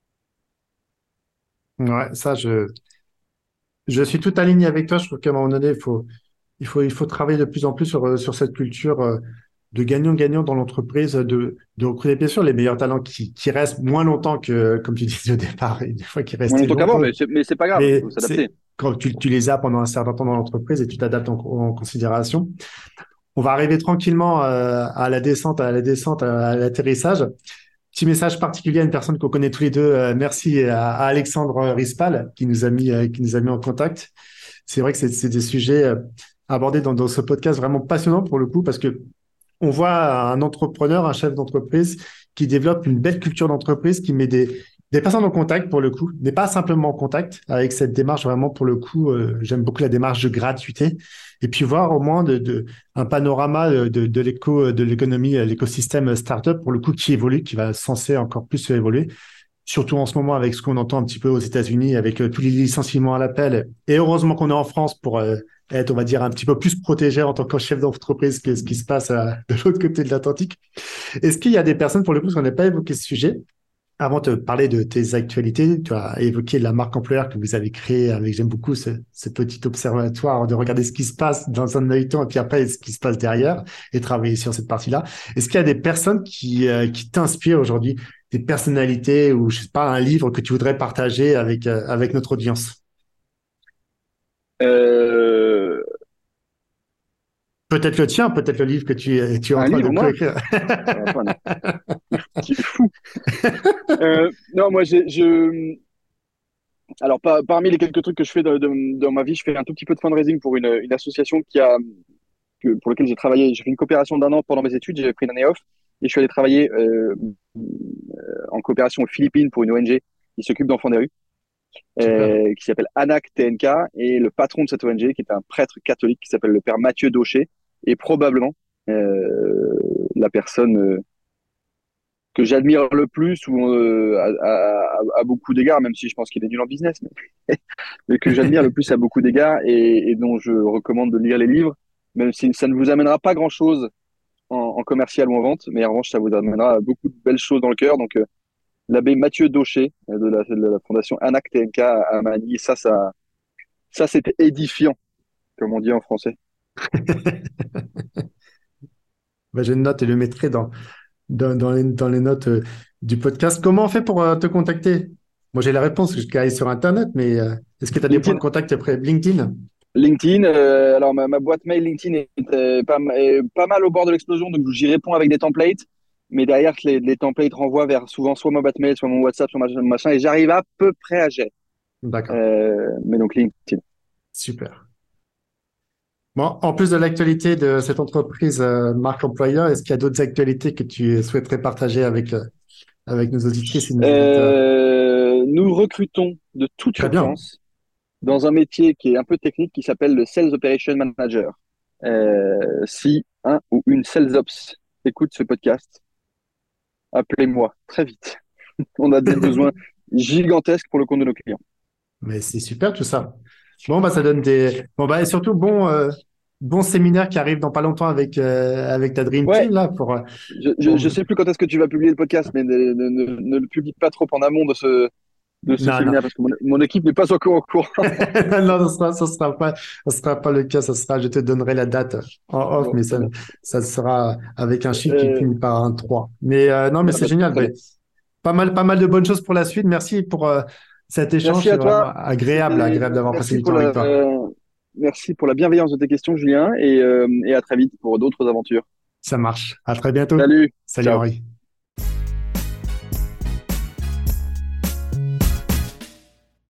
Ouais, ça, je, je suis tout aligné avec toi. Je trouve qu'à un moment donné, il faut, il faut, il faut travailler de plus en plus sur, euh, sur cette culture euh, de gagnant-gagnant dans l'entreprise, de, de recruter bien sûr les meilleurs talents qui, qui restent moins longtemps que, comme tu disais au départ, et des fois qui Moins restaient longtemps qu'avant, longtemps. mais c'est, mais c'est pas grave, il Mais faut s'adapter. c'est quand tu, tu les as pendant un certain temps dans l'entreprise et tu t'adaptes en, en considération. On va arriver tranquillement euh, à la descente, à la descente, à l'atterrissage. Petit message particulier à une personne qu'on connaît tous les deux. Euh, merci à, à Alexandre Rispal qui nous a mis, euh, qui nous a mis en contact. C'est vrai que c'est c'est des sujets euh, abordés dans, dans ce podcast vraiment passionnant pour le coup parce que on voit un entrepreneur, un chef d'entreprise qui développe une belle culture d'entreprise, qui met des, des personnes en contact pour le coup, mais pas simplement en contact avec cette démarche vraiment pour le coup. Euh, j'aime beaucoup la démarche de gratuité et puis voir au moins de, de un panorama de, de, de l'éco, de l'économie, euh, l'écosystème startup pour le coup qui évolue, qui va censé encore plus évoluer. Surtout en ce moment avec ce qu'on entend un petit peu aux États-Unis, avec euh, tous les licenciements à l'appel. Et heureusement qu'on est en France pour euh, être, on va dire, un petit peu plus protégé en tant que chef d'entreprise que ce qui se passe euh, de l'autre côté de l'Atlantique. Est-ce qu'il y a des personnes, pour le coup, parce qu'on n'a pas évoqué ce sujet, avant de te parler de tes actualités, tu as évoqué la marque employeur que vous avez créée avec, j'aime beaucoup ce, ce petit observatoire de regarder ce qui se passe dans un œil-temps et puis après ce qui se passe derrière et travailler sur cette partie-là. Est-ce qu'il y a des personnes qui, euh, qui t'inspirent aujourd'hui, des personnalités ou, je sais pas, un livre que tu voudrais partager avec, euh, avec notre audience? Euh, Peut-être le tien, peut-être le livre que tu, es- tu es en un train de livre, moi? coécrire. Euh, Enfin, non. Tu es fou. Euh, non, moi, j'ai, je, alors, par- parmi les quelques trucs que je fais dans, dans- dans ma vie, je fais un tout petit peu de fundraising pour une, une association qui a, que- pour laquelle j'ai travaillé. J'ai fait une coopération d'un an pendant mes études, j'ai pris une année off et je suis allé travailler euh, en coopération aux Philippines pour une O N G qui s'occupe d'enfants des rues, Super. euh, qui s'appelle ANAC T N K. Et le patron de cette O N G, qui est un prêtre catholique qui s'appelle le père Mathieu Daucher, est probablement euh, la personne euh, que j'admire le plus ou euh, à, à- à beaucoup d'égards, même si je pense qu'il est nul en business, mais, mais que j'admire le plus à beaucoup d'égards et, et dont je recommande de lire les livres, même si ça ne vous amènera pas grand-chose en, en commercial ou en vente, mais en revanche, ça vous amènera beaucoup de belles choses dans le cœur. Donc, euh, l'abbé Mathieu Daucher euh, de la, de la fondation Anak T N K à Manille, ça, ça, ça, c'était édifiant, comme on dit en français. Ben, je note et le mettrai dans, dans, dans les, dans les notes euh, du podcast. Comment on fait pour euh, te contacter? Moi, j'ai la réponse, je suis allé sur Internet, mais euh, est-ce que tu as des points de LinkedIn, contact après LinkedIn? LinkedIn. Euh, alors, ma, ma boîte mail LinkedIn est, euh, pas, est pas mal au bord de l'explosion, donc j'y réponds avec des templates. Mais derrière, les, les templates renvoient vers souvent soit ma boîte mail, soit mon WhatsApp, soit machin, machin, et j'arrive à peu près à gérer. D'accord, Euh, mais donc LinkedIn. super. Bon, en plus de l'actualité de cette entreprise euh, marque employeur, est-ce qu'il y a d'autres actualités que tu souhaiterais partager avec, euh, avec nos auditrices et nos auditeurs? Euh, nous recrutons de toute Très bien. urgence dans un métier qui est un peu technique qui s'appelle le Sales Operation Manager. Euh, si un ou une Sales Ops écoute ce podcast, appelez-moi très vite. On a des besoins gigantesques pour le compte de nos clients. Mais c'est super tout ça. Bon, bah, ça donne des. Bon, bah, et surtout, bon, euh, bon séminaire qui arrive dans pas longtemps avec, euh, avec ta Dream Ouais, Team, là, pour, euh, je, je, pour... je sais plus quand est-ce que tu vas publier le podcast, mais ne, ne, ne, ne le publie pas trop en amont de ce, de ce Non, non. séminaire parce que mon, mon équipe n'est pas encore au courant. Non, ce sera, ce sera pas, ce sera pas le cas. Ce sera, je te donnerai la date en off, Bon, mais très ça, bien. ça sera avec un chiffre qui Euh, finit par un trois. Mais euh, non, mais bah, c'est bah, génial. très bien. Ben, pas mal, pas mal de bonnes choses pour la suite. Merci pour euh, cet échange. Merci C'est à vraiment toi. agréable, C'était agréable d'avoir passé merci du pour temps avec la toi. merci pour la bienveillance de tes questions, Julien, et, euh, et à très vite pour d'autres aventures. Ça marche. À très bientôt. Salut, Salut ciao. Henri.